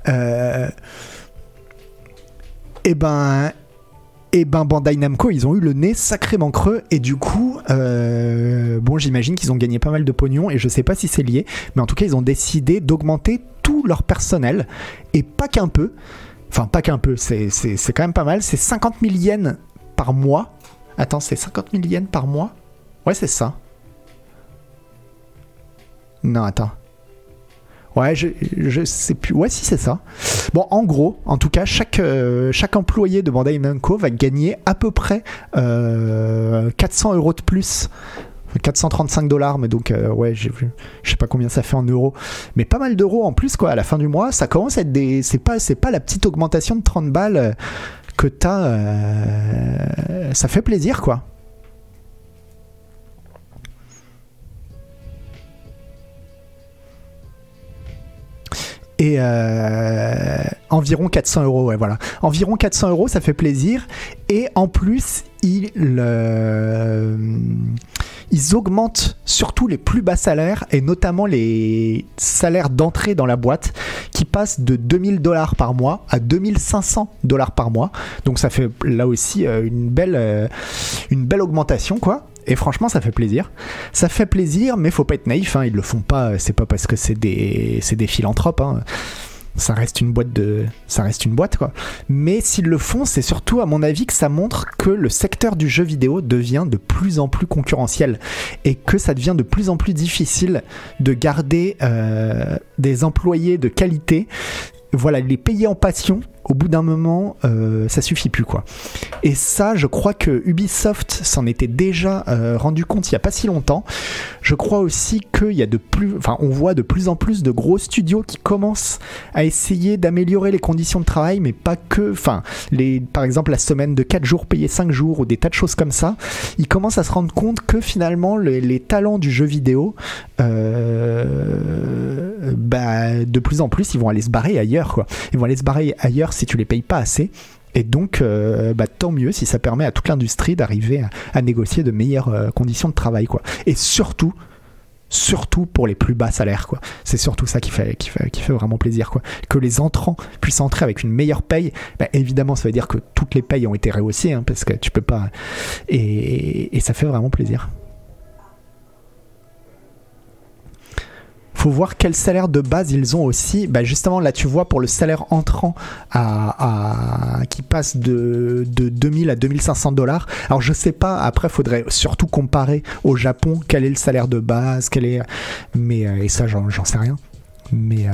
Et ben, Bandai Namco, ils ont eu le nez sacrément creux. Et du coup, bon, j'imagine qu'ils ont gagné pas mal de pognon. Et je sais pas si c'est lié. Mais en tout cas, ils ont décidé d'augmenter tout leur personnel. Et pas qu'un peu. Enfin, pas qu'un peu. C'est quand même pas mal. C'est 50 000 yens par mois. Attends, c'est 50 000 yens par mois? Ouais, c'est ça. Non, attends. Ouais, je sais plus. Ouais, si, c'est ça. Bon, en gros, en tout cas, chaque employé de Bandai Namco va gagner à peu près 400 € de plus. $435, mais donc ouais, j'ai vu, je sais pas combien ça fait en euros, mais pas mal d'euros en plus quoi. À la fin du mois, ça commence à être c'est pas la petite augmentation de 30 balles que t'as. Ça fait plaisir quoi. Et environ 400 euros, ouais, voilà. Environ 400 euros, ça fait plaisir. Et en plus, ils augmentent surtout les plus bas salaires, et notamment les salaires d'entrée dans la boîte, qui passent de $2000 par mois à $2500 par mois. Donc ça fait là aussi une belle augmentation, quoi. Et franchement, ça fait plaisir. Ça fait plaisir, mais faut pas être naïf, hein. Ils le font pas, c'est pas parce que c'est des philanthropes, hein. Ça reste une boîte, quoi. Mais s'ils le font, c'est surtout, à mon avis, que ça montre que le secteur du jeu vidéo devient de plus en plus concurrentiel et que ça devient de plus en plus difficile de garder des employés de qualité. Voilà, les payer en passion, au bout d'un moment, ça suffit plus, quoi. Et ça, je crois que Ubisoft s'en était déjà rendu compte il y a pas si longtemps. Je crois aussi qu'il y a on voit de plus en plus de gros studios qui commencent à essayer d'améliorer les conditions de travail, mais pas que. Par exemple, la semaine de 4 jours payés 5 jours ou des tas de choses comme ça. Ils commencent à se rendre compte que finalement, les talents du jeu vidéo, de plus en plus, ils vont aller se barrer ailleurs, quoi. Ils vont aller se barrer ailleurs si tu les payes pas assez. Et donc, tant mieux si ça permet à toute l'industrie d'arriver à négocier de meilleures conditions de travail, quoi. Et surtout pour les plus bas salaires, quoi. C'est surtout ça qui fait vraiment plaisir, quoi. Que les entrants puissent entrer avec une meilleure paye. Évidemment, ça veut dire que toutes les payes ont été rehaussées, hein, parce que tu peux pas. Et ça fait vraiment plaisir. Faut voir quel salaire de base ils ont aussi. Justement, là, tu vois, pour le salaire entrant qui passe de 2000 à $2500. Alors, je sais pas, après, faudrait surtout comparer au Japon quel est le salaire de base, mais et ça, j'en sais rien. Mais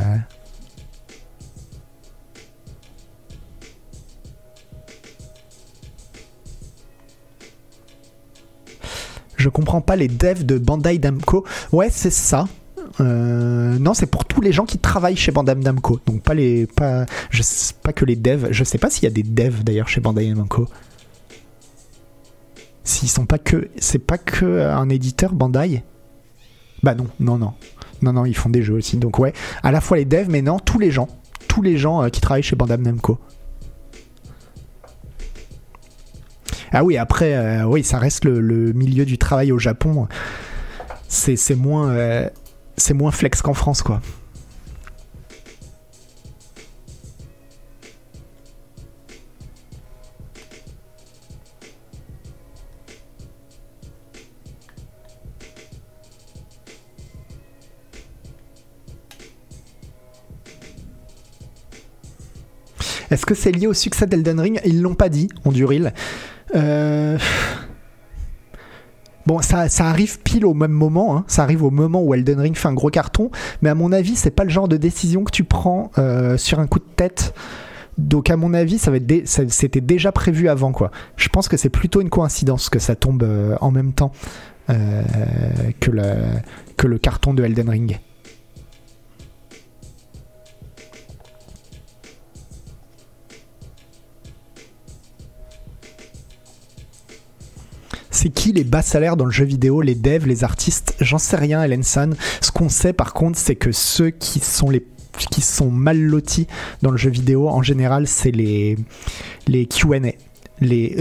je comprends pas les devs de Bandai Namco. Ouais, c'est ça. Non, c'est pour tous les gens qui travaillent chez Bandai Namco, donc pas que les devs. Je sais pas s'il y a des devs d'ailleurs chez Bandai Namco. S'ils sont pas que, c'est pas que un éditeur Bandai. Non, ils font des jeux aussi. Donc ouais, à la fois les devs, mais non, tous les gens qui travaillent chez Bandai Namco. Ah oui, après, oui, ça reste le milieu du travail au Japon. C'est moins flex qu'en France, quoi. Est-ce que c'est lié au succès d'Elden Ring ? Ils l'ont pas dit, Onduril. Bon, ça arrive pile au même moment, hein. Ça arrive au moment où Elden Ring fait un gros carton, mais à mon avis, c'est pas le genre de décision que tu prends sur un coup de tête. Donc à mon avis, c'était déjà prévu avant, quoi. Je pense que c'est plutôt une coïncidence que ça tombe en même temps que le carton de Elden Ring. C'est qui les bas salaires dans le jeu vidéo, les devs, les artistes ? J'en sais rien, Helen-san. Ce qu'on sait par contre, c'est que ceux qui sont mal lotis dans le jeu vidéo, en général, c'est les Q&A. Les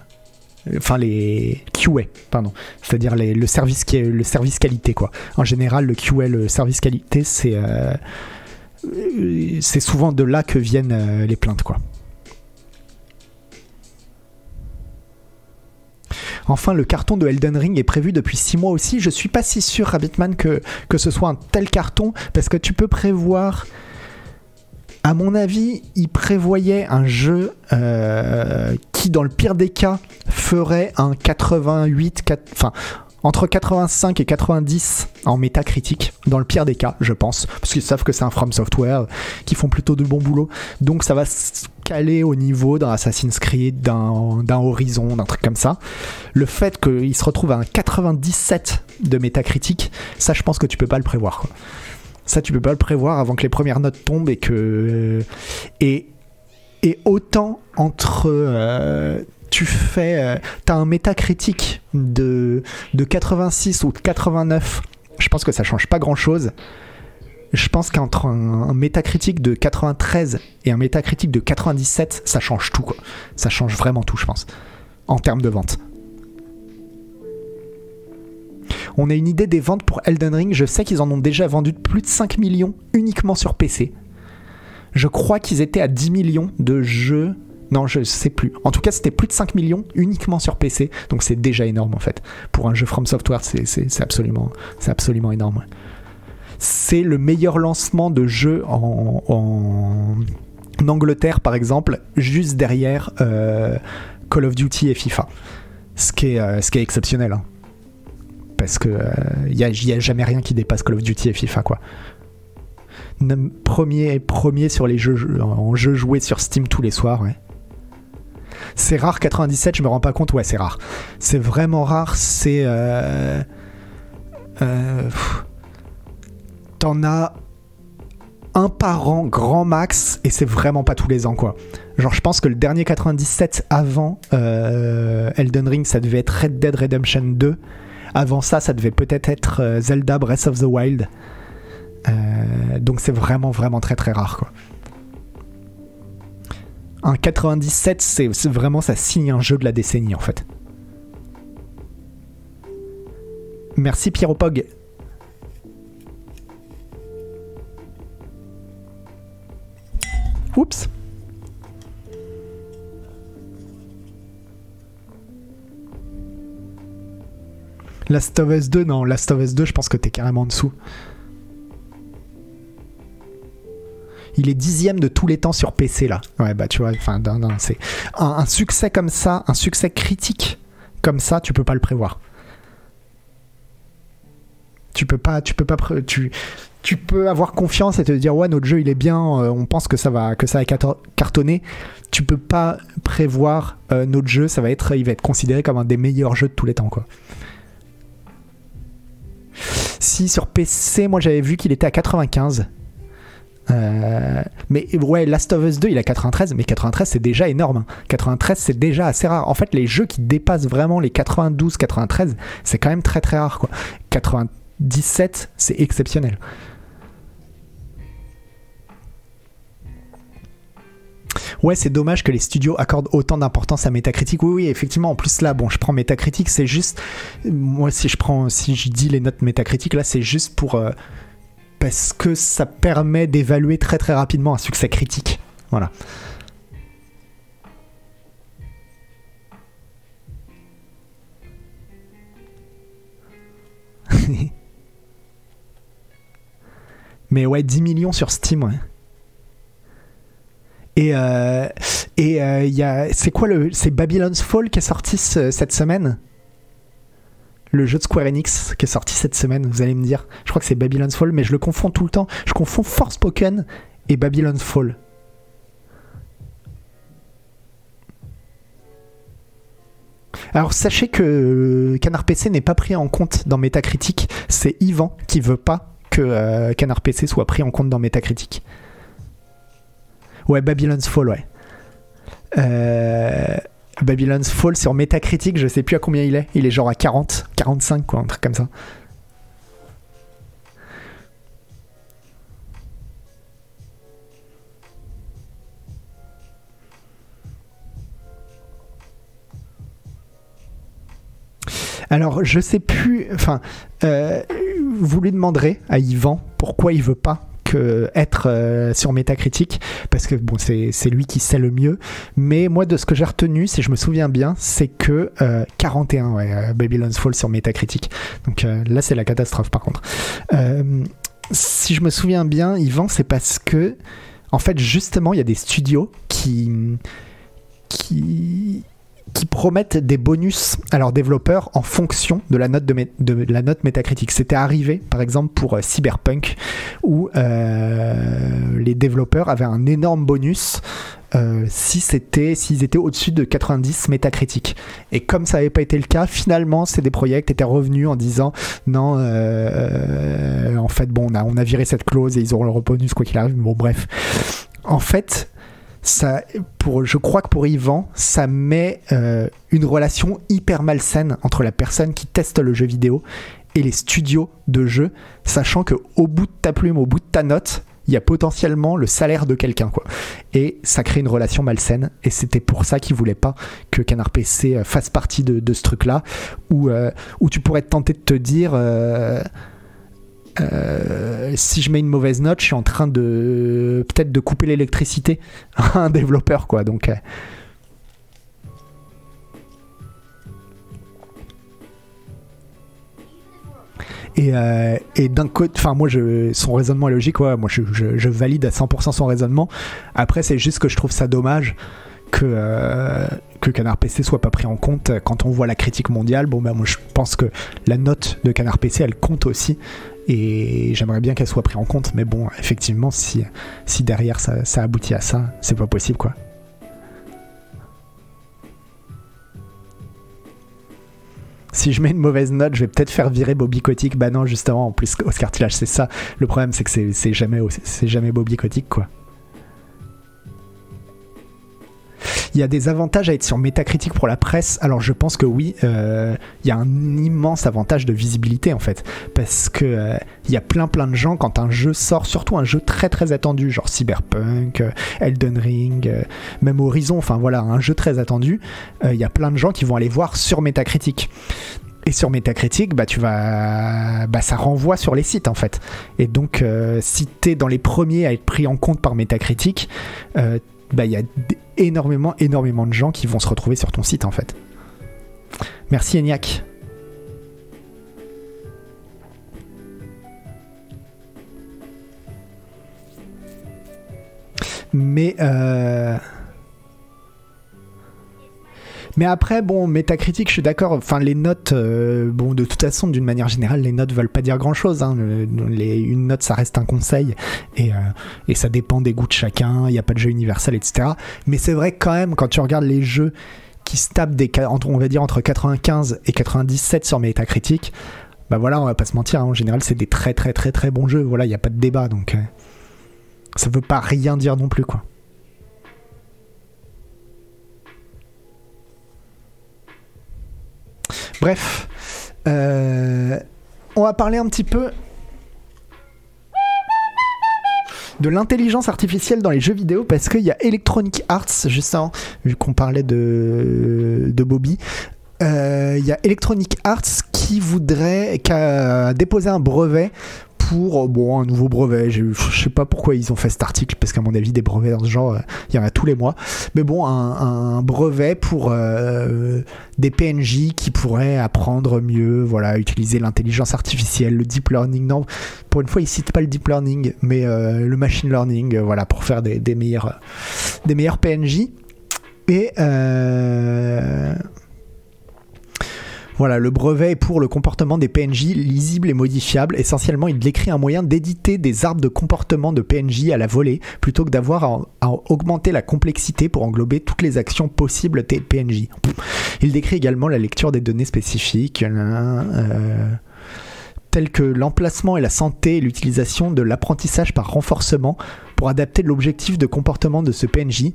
QA, pardon. C'est-à-dire le service qualité, quoi. En général, le QA, le service qualité, c'est souvent de là que viennent les plaintes, quoi. Enfin, le carton de Elden Ring est prévu depuis 6 mois aussi. Je suis pas si sûr, Rabbitman, que ce soit un tel carton, parce que tu peux prévoir... À mon avis, il prévoyait un jeu qui, dans le pire des cas, ferait un 88... entre 85 et 90 en métacritique, dans le pire des cas, je pense, parce qu'ils savent que c'est un From Software, qui font plutôt de bon boulot. Donc ça va calé au niveau d'un Assassin's Creed, d'un Horizon, d'un truc comme ça. Le fait qu'il se retrouve à un 97 de métacritique, ça je pense que tu peux pas le prévoir, quoi. Ça tu peux pas le prévoir avant que les premières notes tombent et que... Et autant entre... t'as un métacritique de 86 ou de 89, je pense que ça change pas grand chose. Je pense qu'entre un métacritique de 93 et un métacritique de 97, ça change tout, quoi. Ça change vraiment tout, je pense, en termes de vente. On a une idée des ventes pour Elden Ring. Je sais qu'ils en ont déjà vendu plus de 5 millions uniquement sur PC. Je crois qu'ils étaient à 10 millions de jeux. Non, je sais plus. En tout cas, c'était plus de 5 millions uniquement sur PC. Donc c'est déjà énorme en fait. Pour un jeu From Software, c'est absolument énorme. C'est le meilleur lancement de jeu en Angleterre, par exemple, juste derrière Call of Duty et FIFA. Ce qui est exceptionnel. Hein. Parce que y a jamais rien qui dépasse Call of Duty et FIFA, quoi. Premier sur les jeux en jeux joués sur Steam tous les soirs, ouais. C'est rare, 97, je me rends pas compte, ouais, c'est rare. C'est vraiment rare, c'est... T'en as un par an, grand max, et c'est vraiment pas tous les ans, quoi. Genre, je pense que le dernier 97 avant Elden Ring, ça devait être Red Dead Redemption 2. Avant ça, ça devait peut-être être Zelda Breath of the Wild. Donc c'est vraiment, vraiment très, très rare, quoi. Un 97, c'est vraiment, ça signe un jeu de la décennie, en fait. Merci Pierrot Pog. Oups. Last of Us 2, non, Last of Us 2, je pense que t'es carrément en dessous. Il est 10e de tous les temps sur PC, là. Ouais, bah tu vois, enfin, c'est un succès comme ça, un succès critique comme ça, tu peux pas le prévoir. Tu peux avoir confiance et te dire ouais, notre jeu il est bien, on pense que ça va cartonner. Tu peux pas prévoir notre jeu, il va être considéré comme un des meilleurs jeux de tous les temps, quoi. Si sur PC, moi j'avais vu qu'il était à 95. Mais ouais, Last of Us 2 il a 93, mais 93 c'est déjà énorme. 93 c'est déjà assez rare. En fait, les jeux qui dépassent vraiment les 92, 93, c'est quand même très très rare, quoi. 97 c'est exceptionnel. Ouais, c'est dommage que les studios accordent autant d'importance à Metacritic. Oui, effectivement. En plus, là, bon, je prends Metacritic, c'est juste... Moi, si je dis les notes Metacritic, là, c'est juste pour... parce que ça permet d'évaluer très, très rapidement un succès critique. Voilà. Mais ouais, 10 millions sur Steam, ouais. Et c'est quoi c'est Babylon's Fall qui est sorti cette semaine, le jeu de Square Enix qui est sorti cette semaine, vous allez me dire. Je crois que c'est Babylon's Fall, mais je le confonds tout le temps. Je confonds Forspoken et Babylon's Fall. Alors sachez que Canard PC n'est pas pris en compte dans Metacritic. C'est Yvan qui veut pas que Canard PC soit pris en compte dans Metacritic. Ouais, Babylon's Fall, ouais. Babylon's Fall sur Metacritic, je sais plus à combien il est. Il est genre à 40, 45, quoi, un truc comme ça. Alors, je sais plus... Enfin, vous lui demanderez à Yvan pourquoi il veut pas être sur Metacritic, parce que bon, c'est lui qui sait le mieux, mais moi de ce que j'ai retenu, si je me souviens bien, c'est que 41, ouais, Babylon's Fall sur Metacritic, donc là c'est la catastrophe par contre. Si je me souviens bien, Yvan, c'est parce que en fait justement il y a des studios qui promettent des bonus à leurs développeurs en fonction de la note de la note Metacritic. C'était arrivé, par exemple, pour Cyberpunk, où les développeurs avaient un énorme bonus s'ils étaient au-dessus de 90 métacritiques. Et comme ça n'avait pas été le cas, finalement CD Projekt était revenu en disant non, en fait bon, on a viré cette clause et ils auront le bonus quoi qu'il arrive. Bon bref, en fait ça, je crois que pour Yvan ça met une relation hyper malsaine entre la personne qui teste le jeu vidéo et les studios de jeux, sachant que au bout de ta plume, au bout de ta note, il y a potentiellement le salaire de quelqu'un, quoi. Et ça crée une relation malsaine. Et c'était pour ça qu'ils voulaient pas que Canard PC fasse partie de ce truc-là, où tu pourrais te tenter de te dire si je mets une mauvaise note, je suis en train de peut-être de couper l'électricité à un développeur, quoi. Donc et d'un côté, enfin moi son raisonnement est logique, ouais, moi je valide à 100% son raisonnement. Après c'est juste que je trouve ça dommage que Canard PC soit pas pris en compte quand on voit la critique mondiale. Bon bah moi je pense que la note de Canard PC elle compte aussi et j'aimerais bien qu'elle soit prise en compte, mais bon effectivement si derrière ça aboutit à ça, c'est pas possible quoi. Si je mets une mauvaise note, je vais peut-être faire virer Bobby Kotick. Bah non, justement, en plus, Oscar Tillage, c'est ça. Le problème, c'est que c'est jamais Bobby Kotick, quoi. Il y a des avantages à être sur Metacritic pour la presse. Alors je pense que oui, il y a un immense avantage de visibilité en fait, parce que il y a plein de gens quand un jeu sort, surtout un jeu très très attendu, genre Cyberpunk, Elden Ring, même Horizon, enfin voilà, un jeu très attendu, il y a plein de gens qui vont aller voir sur Metacritic. Et sur Metacritic, ça renvoie sur les sites en fait. Et donc si t'es dans les premiers à être pris en compte par Metacritic, il y a énormément de gens qui vont se retrouver sur ton site en fait. Merci Eniac. Mais après, bon, Metacritic, je suis d'accord. Enfin, les notes, bon, de toute façon, d'une manière générale, les notes veulent pas dire grand-chose. Hein. Une note, ça reste un conseil, et ça dépend des goûts de chacun. Il n'y a pas de jeu universel, etc. Mais c'est vrai que quand même, quand tu regardes les jeux qui se tapent on va dire entre 95 et 97 sur Metacritic, bah voilà, on va pas se mentir. Hein. En général, c'est des très très très très bons jeux. Voilà, il n'y a pas de débat, donc ça veut pas rien dire non plus, quoi. Bref, on va parler un petit peu de l'intelligence artificielle dans les jeux vidéo, parce qu'il y a Electronic Arts, justement, vu qu'on parlait de Bobby, il y a Electronic Arts qui a déposé un brevet pour un nouveau brevet. Je sais pas pourquoi ils ont fait cet article, parce qu'à mon avis des brevets dans ce genre il y en a tous les mois, mais bon, un brevet pour des PNJ qui pourraient apprendre mieux, voilà, utiliser l'intelligence artificielle, le deep learning. Non, pour une fois ils citent pas le deep learning, mais le machine learning, voilà, pour faire des meilleurs PNJ. Et voilà, le brevet est pour le comportement des PNJ lisible et modifiable. Essentiellement, il décrit un moyen d'éditer des arbres de comportement de PNJ à la volée, plutôt que d'avoir à augmenter la complexité pour englober toutes les actions possibles des PNJ. Il décrit également la lecture des données spécifiques, telles que l'emplacement et la santé, et l'utilisation de l'apprentissage par renforcement pour adapter l'objectif de comportement de ce PNJ.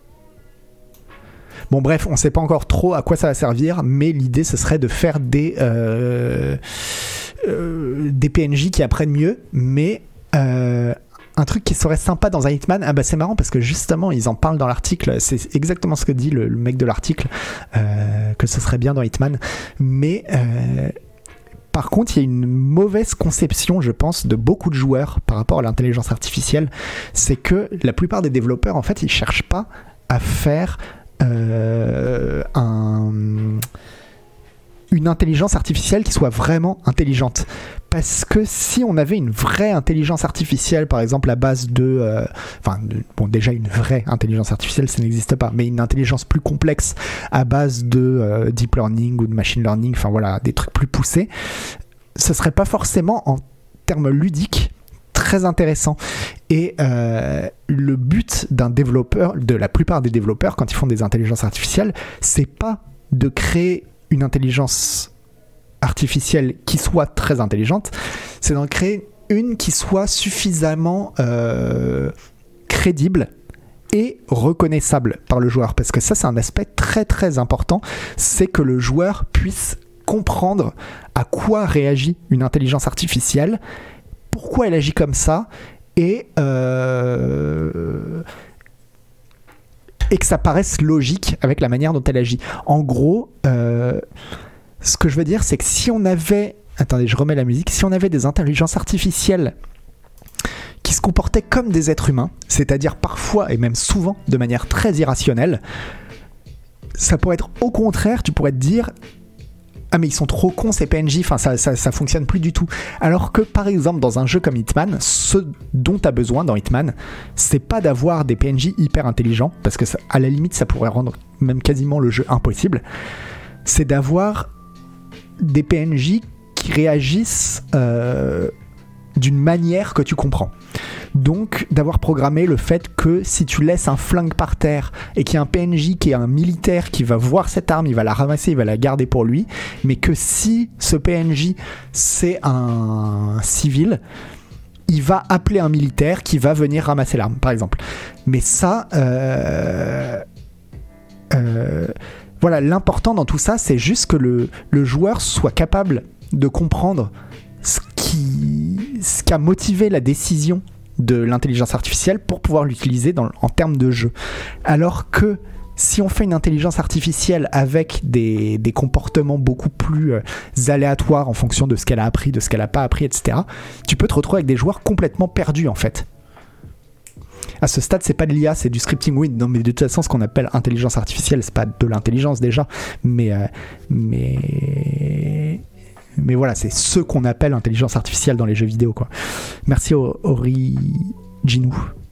Bon bref, on sait pas encore trop à quoi ça va servir, mais l'idée ce serait de faire des PNJ qui apprennent mieux, mais un truc qui serait sympa dans un Hitman, c'est marrant parce que justement ils en parlent dans l'article, c'est exactement ce que dit le mec de l'article, que ce serait bien dans Hitman, mais par contre il y a une mauvaise conception, je pense, de beaucoup de joueurs par rapport à l'intelligence artificielle, c'est que la plupart des développeurs en fait ils cherchent pas à faire une intelligence artificielle qui soit vraiment intelligente, parce que si on avait une vraie intelligence artificielle, par exemple à base déjà une vraie intelligence artificielle ça n'existe pas, mais une intelligence plus complexe à base de deep learning ou de machine learning, enfin voilà, des trucs plus poussés, ce serait pas forcément en termes ludiques très intéressant. Et le but d'un développeur, de la plupart des développeurs, quand ils font des intelligences artificielles, c'est pas de créer une intelligence artificielle qui soit très intelligente, c'est d'en créer une qui soit suffisamment crédible et reconnaissable par le joueur. Parce que ça, c'est un aspect très très important, c'est que le joueur puisse comprendre à quoi réagit une intelligence artificielle, pourquoi elle agit comme ça, et que ça paraisse logique avec la manière dont elle agit. En gros, ce que je veux dire, c'est que si on avait... Attendez, je remets la musique. Si on avait des intelligences artificielles qui se comportaient comme des êtres humains, c'est-à-dire parfois et même souvent de manière très irrationnelle, ça pourrait être au contraire, tu pourrais te dire... Ah mais ils sont trop cons ces PNJ, enfin ça fonctionne plus du tout. Alors que par exemple dans un jeu comme Hitman, ce dont tu as besoin dans Hitman, c'est pas d'avoir des PNJ hyper intelligents, parce que ça, à la limite ça pourrait rendre même quasiment le jeu impossible, c'est d'avoir des PNJ qui réagissent d'une manière que tu comprends. Donc d'avoir programmé le fait que si tu laisses un flingue par terre et qu'il y a un PNJ qui est un militaire qui va voir cette arme, il va la ramasser, il va la garder pour lui, mais que si ce PNJ c'est un civil, il va appeler un militaire qui va venir ramasser l'arme, par exemple. Mais ça, voilà, l'important dans tout ça, c'est juste que le joueur soit capable de comprendre ce qui a motivé la décision de l'intelligence artificielle pour pouvoir l'utiliser en termes de jeu. Alors que si on fait une intelligence artificielle avec des comportements beaucoup plus aléatoires en fonction de ce qu'elle a appris, de ce qu'elle n'a pas appris, etc., tu peux te retrouver avec des joueurs complètement perdus en fait. À ce stade, c'est pas de l'IA, c'est du scripting. Oui, non, mais de toute façon, ce qu'on appelle intelligence artificielle, c'est pas de l'intelligence déjà, mais voilà, c'est ce qu'on appelle intelligence artificielle dans les jeux vidéo, quoi. Merci Originou.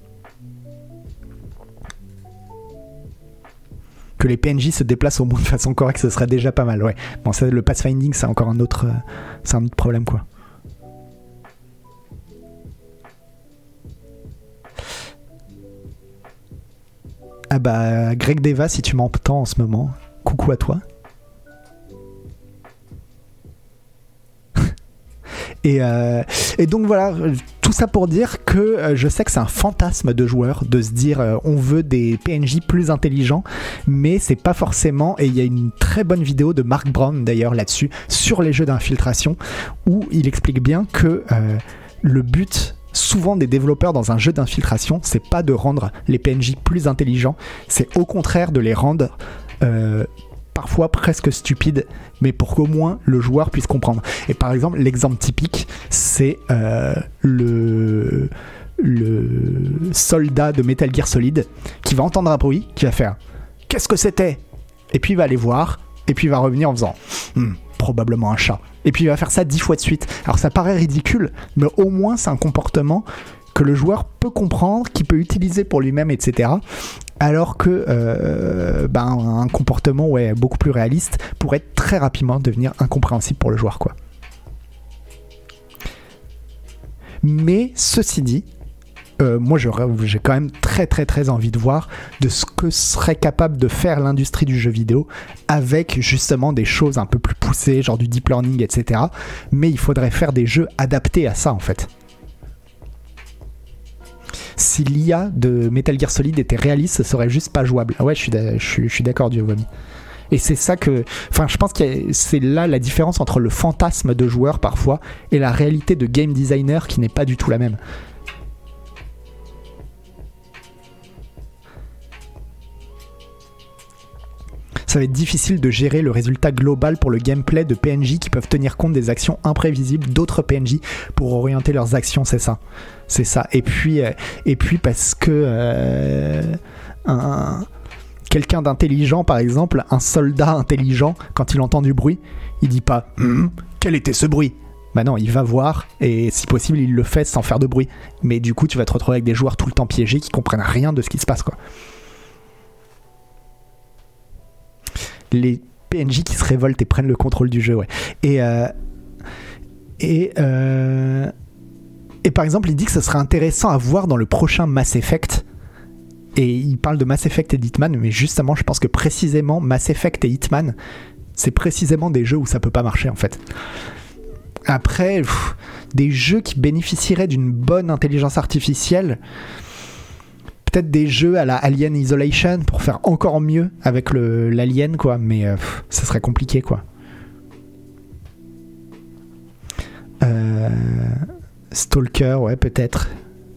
Que les PNJ se déplacent au monde de façon correcte, ce serait déjà pas mal, ouais. Bon, ça, le pathfinding, c'est encore un autre problème, quoi. Ah bah, Greg Deva, si tu m'entends en ce moment, coucou à toi. Et donc voilà, tout ça pour dire que je sais que c'est un fantasme de joueur de se dire on veut des PNJ plus intelligents, mais c'est pas forcément, et il y a une très bonne vidéo de Mark Brown d'ailleurs là-dessus, sur les jeux d'infiltration, où il explique bien que le but souvent des développeurs dans un jeu d'infiltration, c'est pas de rendre les PNJ plus intelligents, c'est au contraire de les rendre parfois presque stupide, mais pour qu'au moins le joueur puisse comprendre. Et par exemple, l'exemple typique, c'est le soldat de Metal Gear Solid qui va entendre un bruit, qui va faire « Qu'est-ce que c'était ?» Et puis il va aller voir, et puis il va revenir en faisant « Probablement un chat. » Et puis il va faire ça 10 fois de suite. Alors ça paraît ridicule, mais au moins c'est un comportement que le joueur peut comprendre, qu'il peut utiliser pour lui-même, etc. Alors que un comportement beaucoup plus réaliste pourrait très rapidement devenir incompréhensible pour le joueur, quoi. Mais ceci dit, moi j'ai quand même très très très envie de voir de ce que serait capable de faire l'industrie du jeu vidéo avec justement des choses un peu plus poussées, genre du deep learning, etc. Mais il faudrait faire des jeux adaptés à ça en fait. Si l'IA de Metal Gear Solid était réaliste, ce serait juste pas jouable. Ah ouais, je suis d'accord, Dieu Vomi. Et c'est ça que... Enfin, je pense que c'est là la différence entre le fantasme de joueur parfois et la réalité de game designer qui n'est pas du tout la même. Ça va être difficile de gérer le résultat global pour le gameplay de PNJ qui peuvent tenir compte des actions imprévisibles d'autres PNJ pour orienter leurs actions, c'est ça. C'est ça. Et puis parce que quelqu'un d'intelligent, par exemple, un soldat intelligent, quand il entend du bruit, il dit pas quel était ce bruit ? Bah non, il va voir et si possible, il le fait sans faire de bruit. Mais du coup, tu vas te retrouver avec des joueurs tout le temps piégés qui comprennent rien de ce qui se passe, quoi. Les PNJ qui se révoltent et prennent le contrôle du jeu, ouais. Et par exemple, il dit que ce serait intéressant à voir dans le prochain Mass Effect et il parle de Mass Effect et d'Hitman, mais justement je pense que précisément Mass Effect et Hitman, c'est précisément des jeux où ça peut pas marcher en fait. Après, des jeux qui bénéficieraient d'une bonne intelligence artificielle, peut-être des jeux à la Alien Isolation pour faire encore mieux avec l'alien, quoi, mais ça serait compliqué, quoi. Stalker, ouais, peut-être.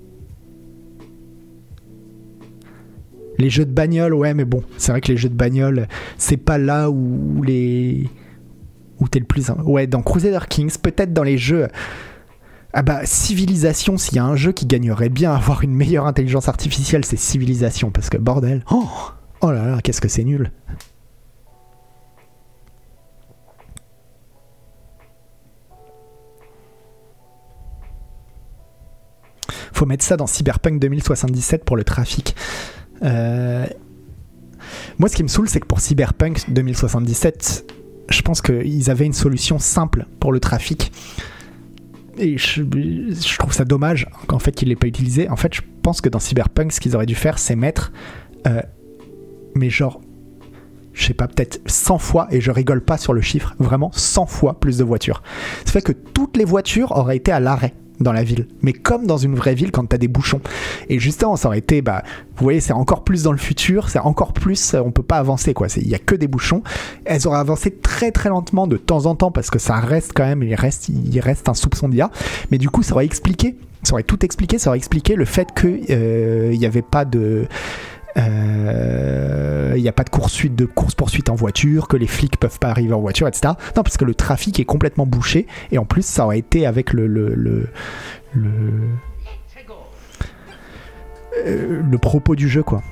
Les jeux de bagnole, ouais, mais bon, c'est vrai que les jeux de bagnole, c'est pas là où t'es le plus... Ouais, dans Crusader Kings, peut-être dans les jeux... Ah bah, Civilisation, s'il y a un jeu qui gagnerait bien à avoir une meilleure intelligence artificielle, c'est Civilisation, parce que bordel... Oh là là, qu'est-ce que c'est nul. Faut mettre ça dans Cyberpunk 2077 pour le trafic. Moi, ce qui me saoule, c'est que pour Cyberpunk 2077, je pense qu'ils avaient une solution simple pour le trafic. Et je trouve ça dommage qu'en fait, qu'ils ne l'aient pas utilisé. En fait, je pense que dans Cyberpunk, ce qu'ils auraient dû faire, c'est mettre... mais genre... Je sais pas, peut-être 100 fois, et je rigole pas sur le chiffre, vraiment 100 fois plus de voitures. Ça fait que toutes les voitures auraient été à l'arrêt dans la ville, mais comme dans une vraie ville quand t'as des bouchons. Et justement, ça aurait été, vous voyez, c'est encore plus dans le futur, c'est encore plus, on peut pas avancer, quoi. Il y a que des bouchons. Elles auraient avancé très très lentement de temps en temps parce que ça reste quand même, il reste un soupçon d'IA. Mais du coup, ça aurait tout expliqué, ça aurait expliqué le fait que il y avait pas de il n'y a pas de course-poursuite en voiture, que les flics peuvent pas arriver en voiture, etc. Non, parce que le trafic est complètement bouché, et en plus ça aurait été avec le propos du jeu, quoi.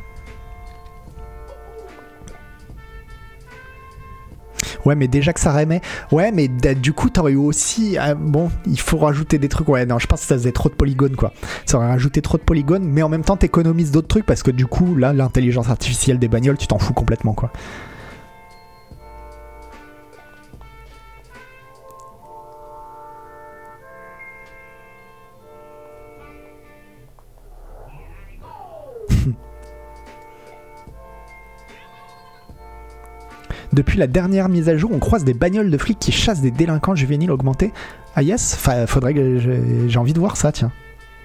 Ouais, mais déjà que ça remet. Ouais, mais du coup, t'aurais eu aussi. Bon, il faut rajouter des trucs. Ouais, non, je pense que ça faisait trop de polygones, quoi. Ça aurait rajouté trop de polygones, mais en même temps, t'économises d'autres trucs parce que du coup, là, l'intelligence artificielle des bagnoles, tu t'en fous complètement, quoi. Depuis la dernière mise à jour, on croise des bagnoles de flics qui chassent des délinquants juvéniles augmentés. Ah yes, faudrait que j'ai envie de voir ça, tiens.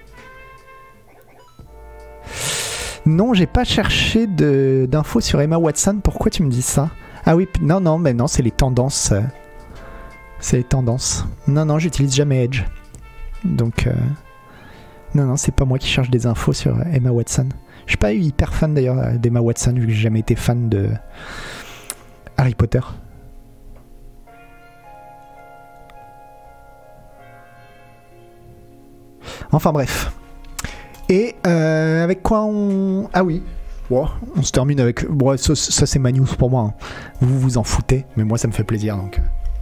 Non, j'ai pas cherché d'infos sur Emma Watson. Pourquoi tu me dis ça? Ah oui, non, mais non, c'est les tendances. C'est les tendances. Non, j'utilise jamais Edge. Donc, non, c'est pas moi qui cherche des infos sur Emma Watson. Je suis pas hyper fan d'ailleurs d'Emma Watson, vu que j'ai jamais été fan de Harry Potter. Enfin bref. Et avec quoi on... Ah oui. Bon, on se termine avec... Bon, ça c'est ma news pour moi. Hein. Vous vous en foutez, mais moi ça me fait plaisir. Donc.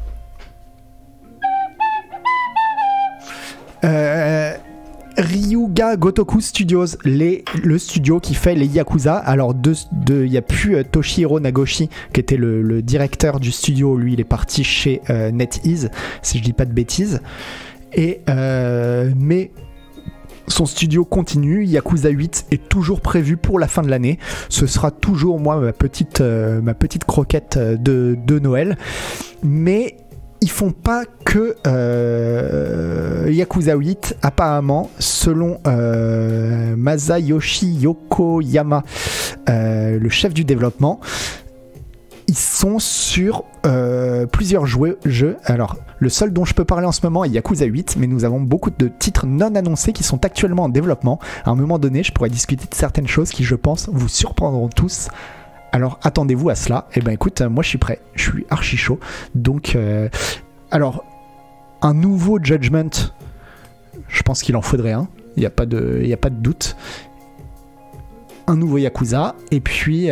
Ryuga Gotoku Studios, le studio qui fait les Yakuza. Alors il n'y a plus Toshihiro Nagoshi qui était le directeur du studio. Lui il est parti chez NetEase, si je dis pas de bêtises. Et mais son studio continue. Yakuza 8 est toujours prévu pour la fin de l'année. Ce sera toujours moi ma petite croquette de Noël. Mais ils font pas que Yakuza 8, apparemment, selon Masayoshi Yokoyama, le chef du développement. Ils sont sur plusieurs jeux. Alors, le seul dont je peux parler en ce moment est Yakuza 8, mais nous avons beaucoup de titres non annoncés qui sont actuellement en développement. À un moment donné, je pourrais discuter de certaines choses qui, je pense, vous surprendront tous. Alors attendez-vous à cela. Et ben écoute, moi je suis prêt, je suis archi chaud. Donc, alors, un nouveau Judgment, je pense qu'il en faudrait un. Il n'y a pas de doute. Un nouveau Yakuza. Et puis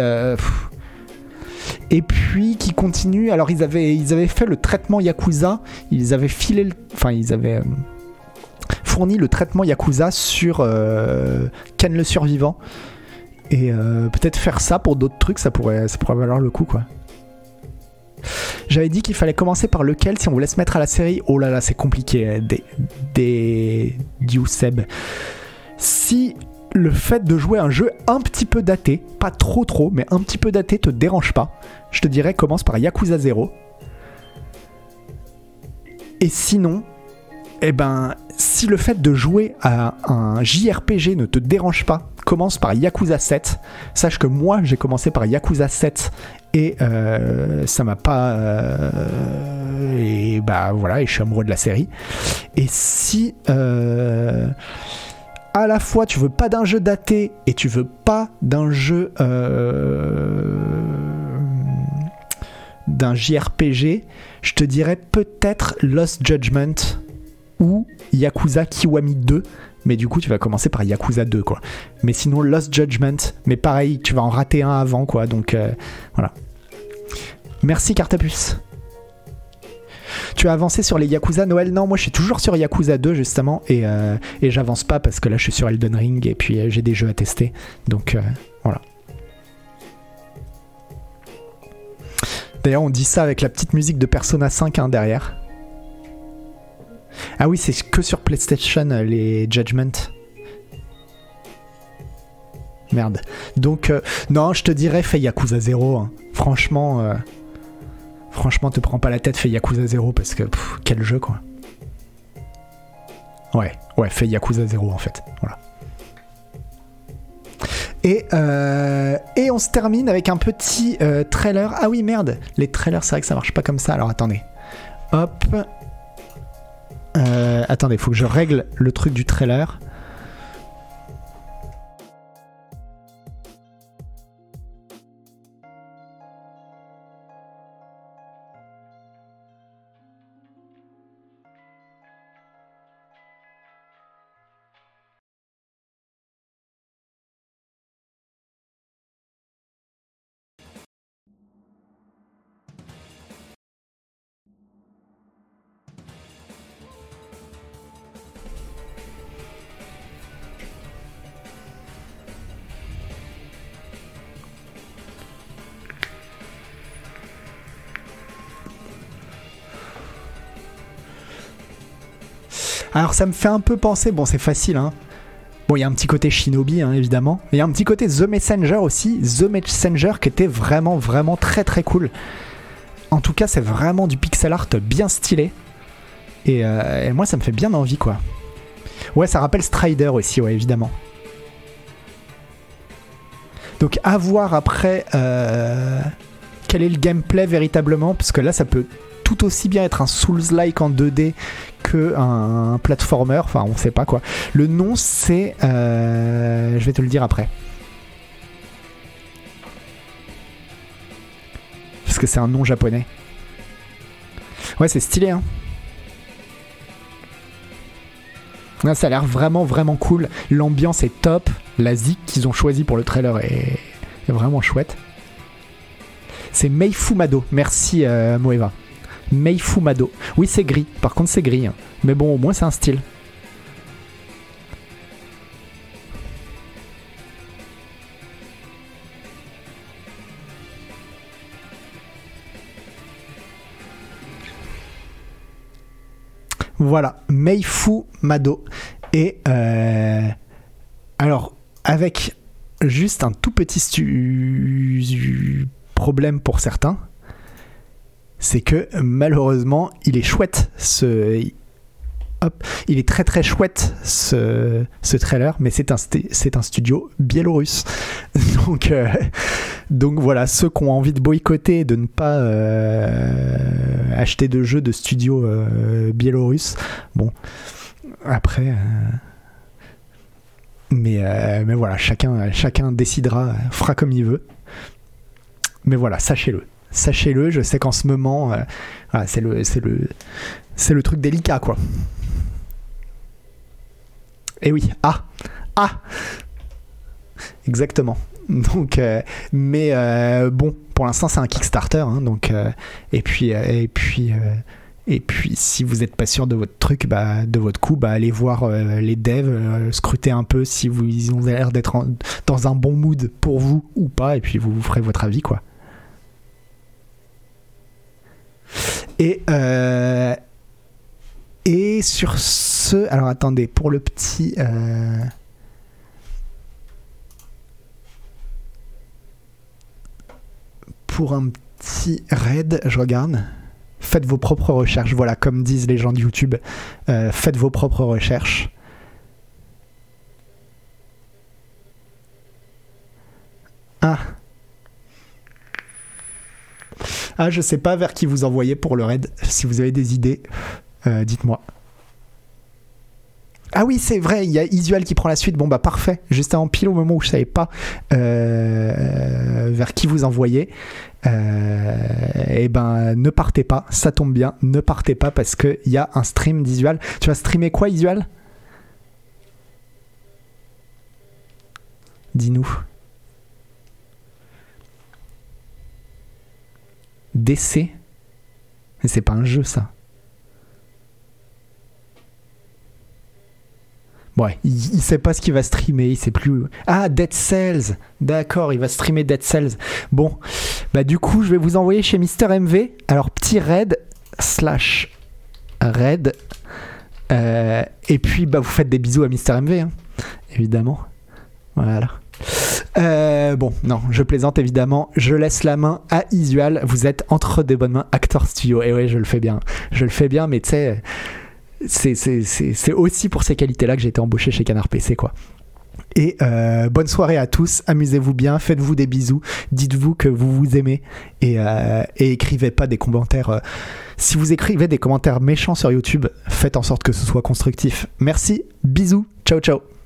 qui continue. Alors ils avaient fait le traitement Yakuza. Ils avaient fourni le traitement Yakuza sur Ken le Survivant. Et peut-être faire ça pour d'autres trucs, ça pourrait valoir le coup, quoi. J'avais dit qu'il fallait commencer par lequel si on voulait se mettre à la série. Oh là là, c'est compliqué. Des Seb. Si le fait de jouer un jeu un petit peu daté, pas trop, mais un petit peu daté te dérange pas, je te dirais commence par Yakuza 0. Et sinon, eh ben, si le fait de jouer à un JRPG ne te dérange pas, commence par Yakuza 7. Sache que moi, j'ai commencé par Yakuza 7 et ça m'a pas... et bah voilà, et je suis amoureux de la série. Et si... à la fois tu veux pas d'un jeu daté et tu veux pas d'un jeu d'un JRPG, je te dirais peut-être Lost Judgment ou Yakuza Kiwami 2, mais du coup tu vas commencer par Yakuza 2 quoi. Mais sinon Lost Judgment, mais pareil tu vas en rater un avant quoi, donc voilà. Merci Cartapus. Tu as avancé sur les Yakuza, Noël? Non, moi je suis toujours sur Yakuza 2 justement et j'avance pas parce que là je suis sur Elden Ring et puis j'ai des jeux à tester, donc voilà. D'ailleurs on dit ça avec la petite musique de Persona 5 hein, derrière. Ah oui, c'est que sur PlayStation les Judgment. Merde. Donc non, je te dirais fais Yakuza 0 hein. Franchement te prends pas la tête, fais Yakuza 0 parce que quel jeu quoi. Ouais, fais Yakuza 0 en fait. Voilà. Et on se termine avec un petit trailer. Ah oui, merde, les trailers, c'est vrai que ça marche pas comme ça. Alors attendez. Hop. Attendez, faut que je règle le truc du trailer. Alors ça me fait un peu penser, bon c'est facile hein. Bon il y a un petit côté Shinobi hein, évidemment. Il y a un petit côté The Messenger aussi. The Messenger qui était vraiment très très cool. En tout cas c'est vraiment du pixel art bien stylé. Et moi ça me fait bien envie quoi. Ouais ça rappelle Strider aussi ouais évidemment. Donc à voir après quel est le gameplay véritablement. Parce que là ça peut tout aussi bien être un Souls-like en 2D qu'un platformer, enfin on sait pas quoi. Le nom c'est... je vais te le dire après. Parce que c'est un nom japonais. Ouais c'est stylé hein. Là, ça a l'air vraiment cool. L'ambiance est top. La zik qu'ils ont choisi pour le trailer est vraiment chouette. C'est Mei Fumado. Merci Moeva. Mei Fumado. Oui, c'est gris. Par contre, c'est gris. Hein. Mais bon, au moins, c'est un style. Voilà. Mei Fumado. Et alors, avec juste un tout petit problème pour certains, c'est que malheureusement il est chouette il est très chouette ce trailer, mais c'est un studio biélorusse donc voilà, ceux qui ont envie de boycotter et de ne pas acheter de jeux de studio biélorusse, bon après mais voilà, chacun décidera, fera comme il veut, mais voilà, sachez-le, je sais qu'en ce moment, voilà, c'est le truc délicat, quoi. Et oui, exactement. Donc, bon, pour l'instant, c'est un Kickstarter, hein, donc, et puis, si vous n'êtes pas sûr de votre truc, de votre coup, allez voir les devs, scrutez un peu si ils ont l'air d'être dans un bon mood pour vous ou pas, et puis vous ferez votre avis, quoi. Et sur ce... Alors attendez, pour le petit... pour un petit raid, je regarde. Faites vos propres recherches, voilà, comme disent les gens de YouTube, faites vos propres recherches. Ah, je sais pas vers qui vous envoyer pour le raid. Si vous avez des idées, dites-moi. Ah oui, c'est vrai, il y a Isual qui prend la suite. Bon bah parfait, juste en pile au moment où je savais pas vers qui vous envoyer. Et ben ne partez pas, ça tombe bien, ne partez pas parce qu'il y a un stream d'Isual. Tu vas streamer quoi, Isual? Dis-nous. DC? Mais c'est pas un jeu ça. Ouais, il sait pas ce qu'il va streamer, il sait plus. Ah, Dead Cells. D'accord, il va streamer Dead Cells. Bon, bah du coup, je vais vous envoyer chez Mister MV. Alors, petit raid / raid. Et puis, bah, vous faites des bisous à Mister MV, hein, évidemment. Voilà. Bon, non, je plaisante évidemment. Je laisse la main à Isual. Vous êtes entre des bonnes mains, Actor Studio. Et ouais, je le fais bien. Je le fais bien, mais tu sais. C'est aussi pour ces qualités-là que j'ai été embauché chez Canard PC, quoi. Et bonne soirée à tous, amusez-vous bien, faites-vous des bisous, dites-vous que vous vous aimez et écrivez pas des commentaires. Si vous écrivez des commentaires méchants sur YouTube, faites en sorte que ce soit constructif. Merci, bisous, ciao ciao.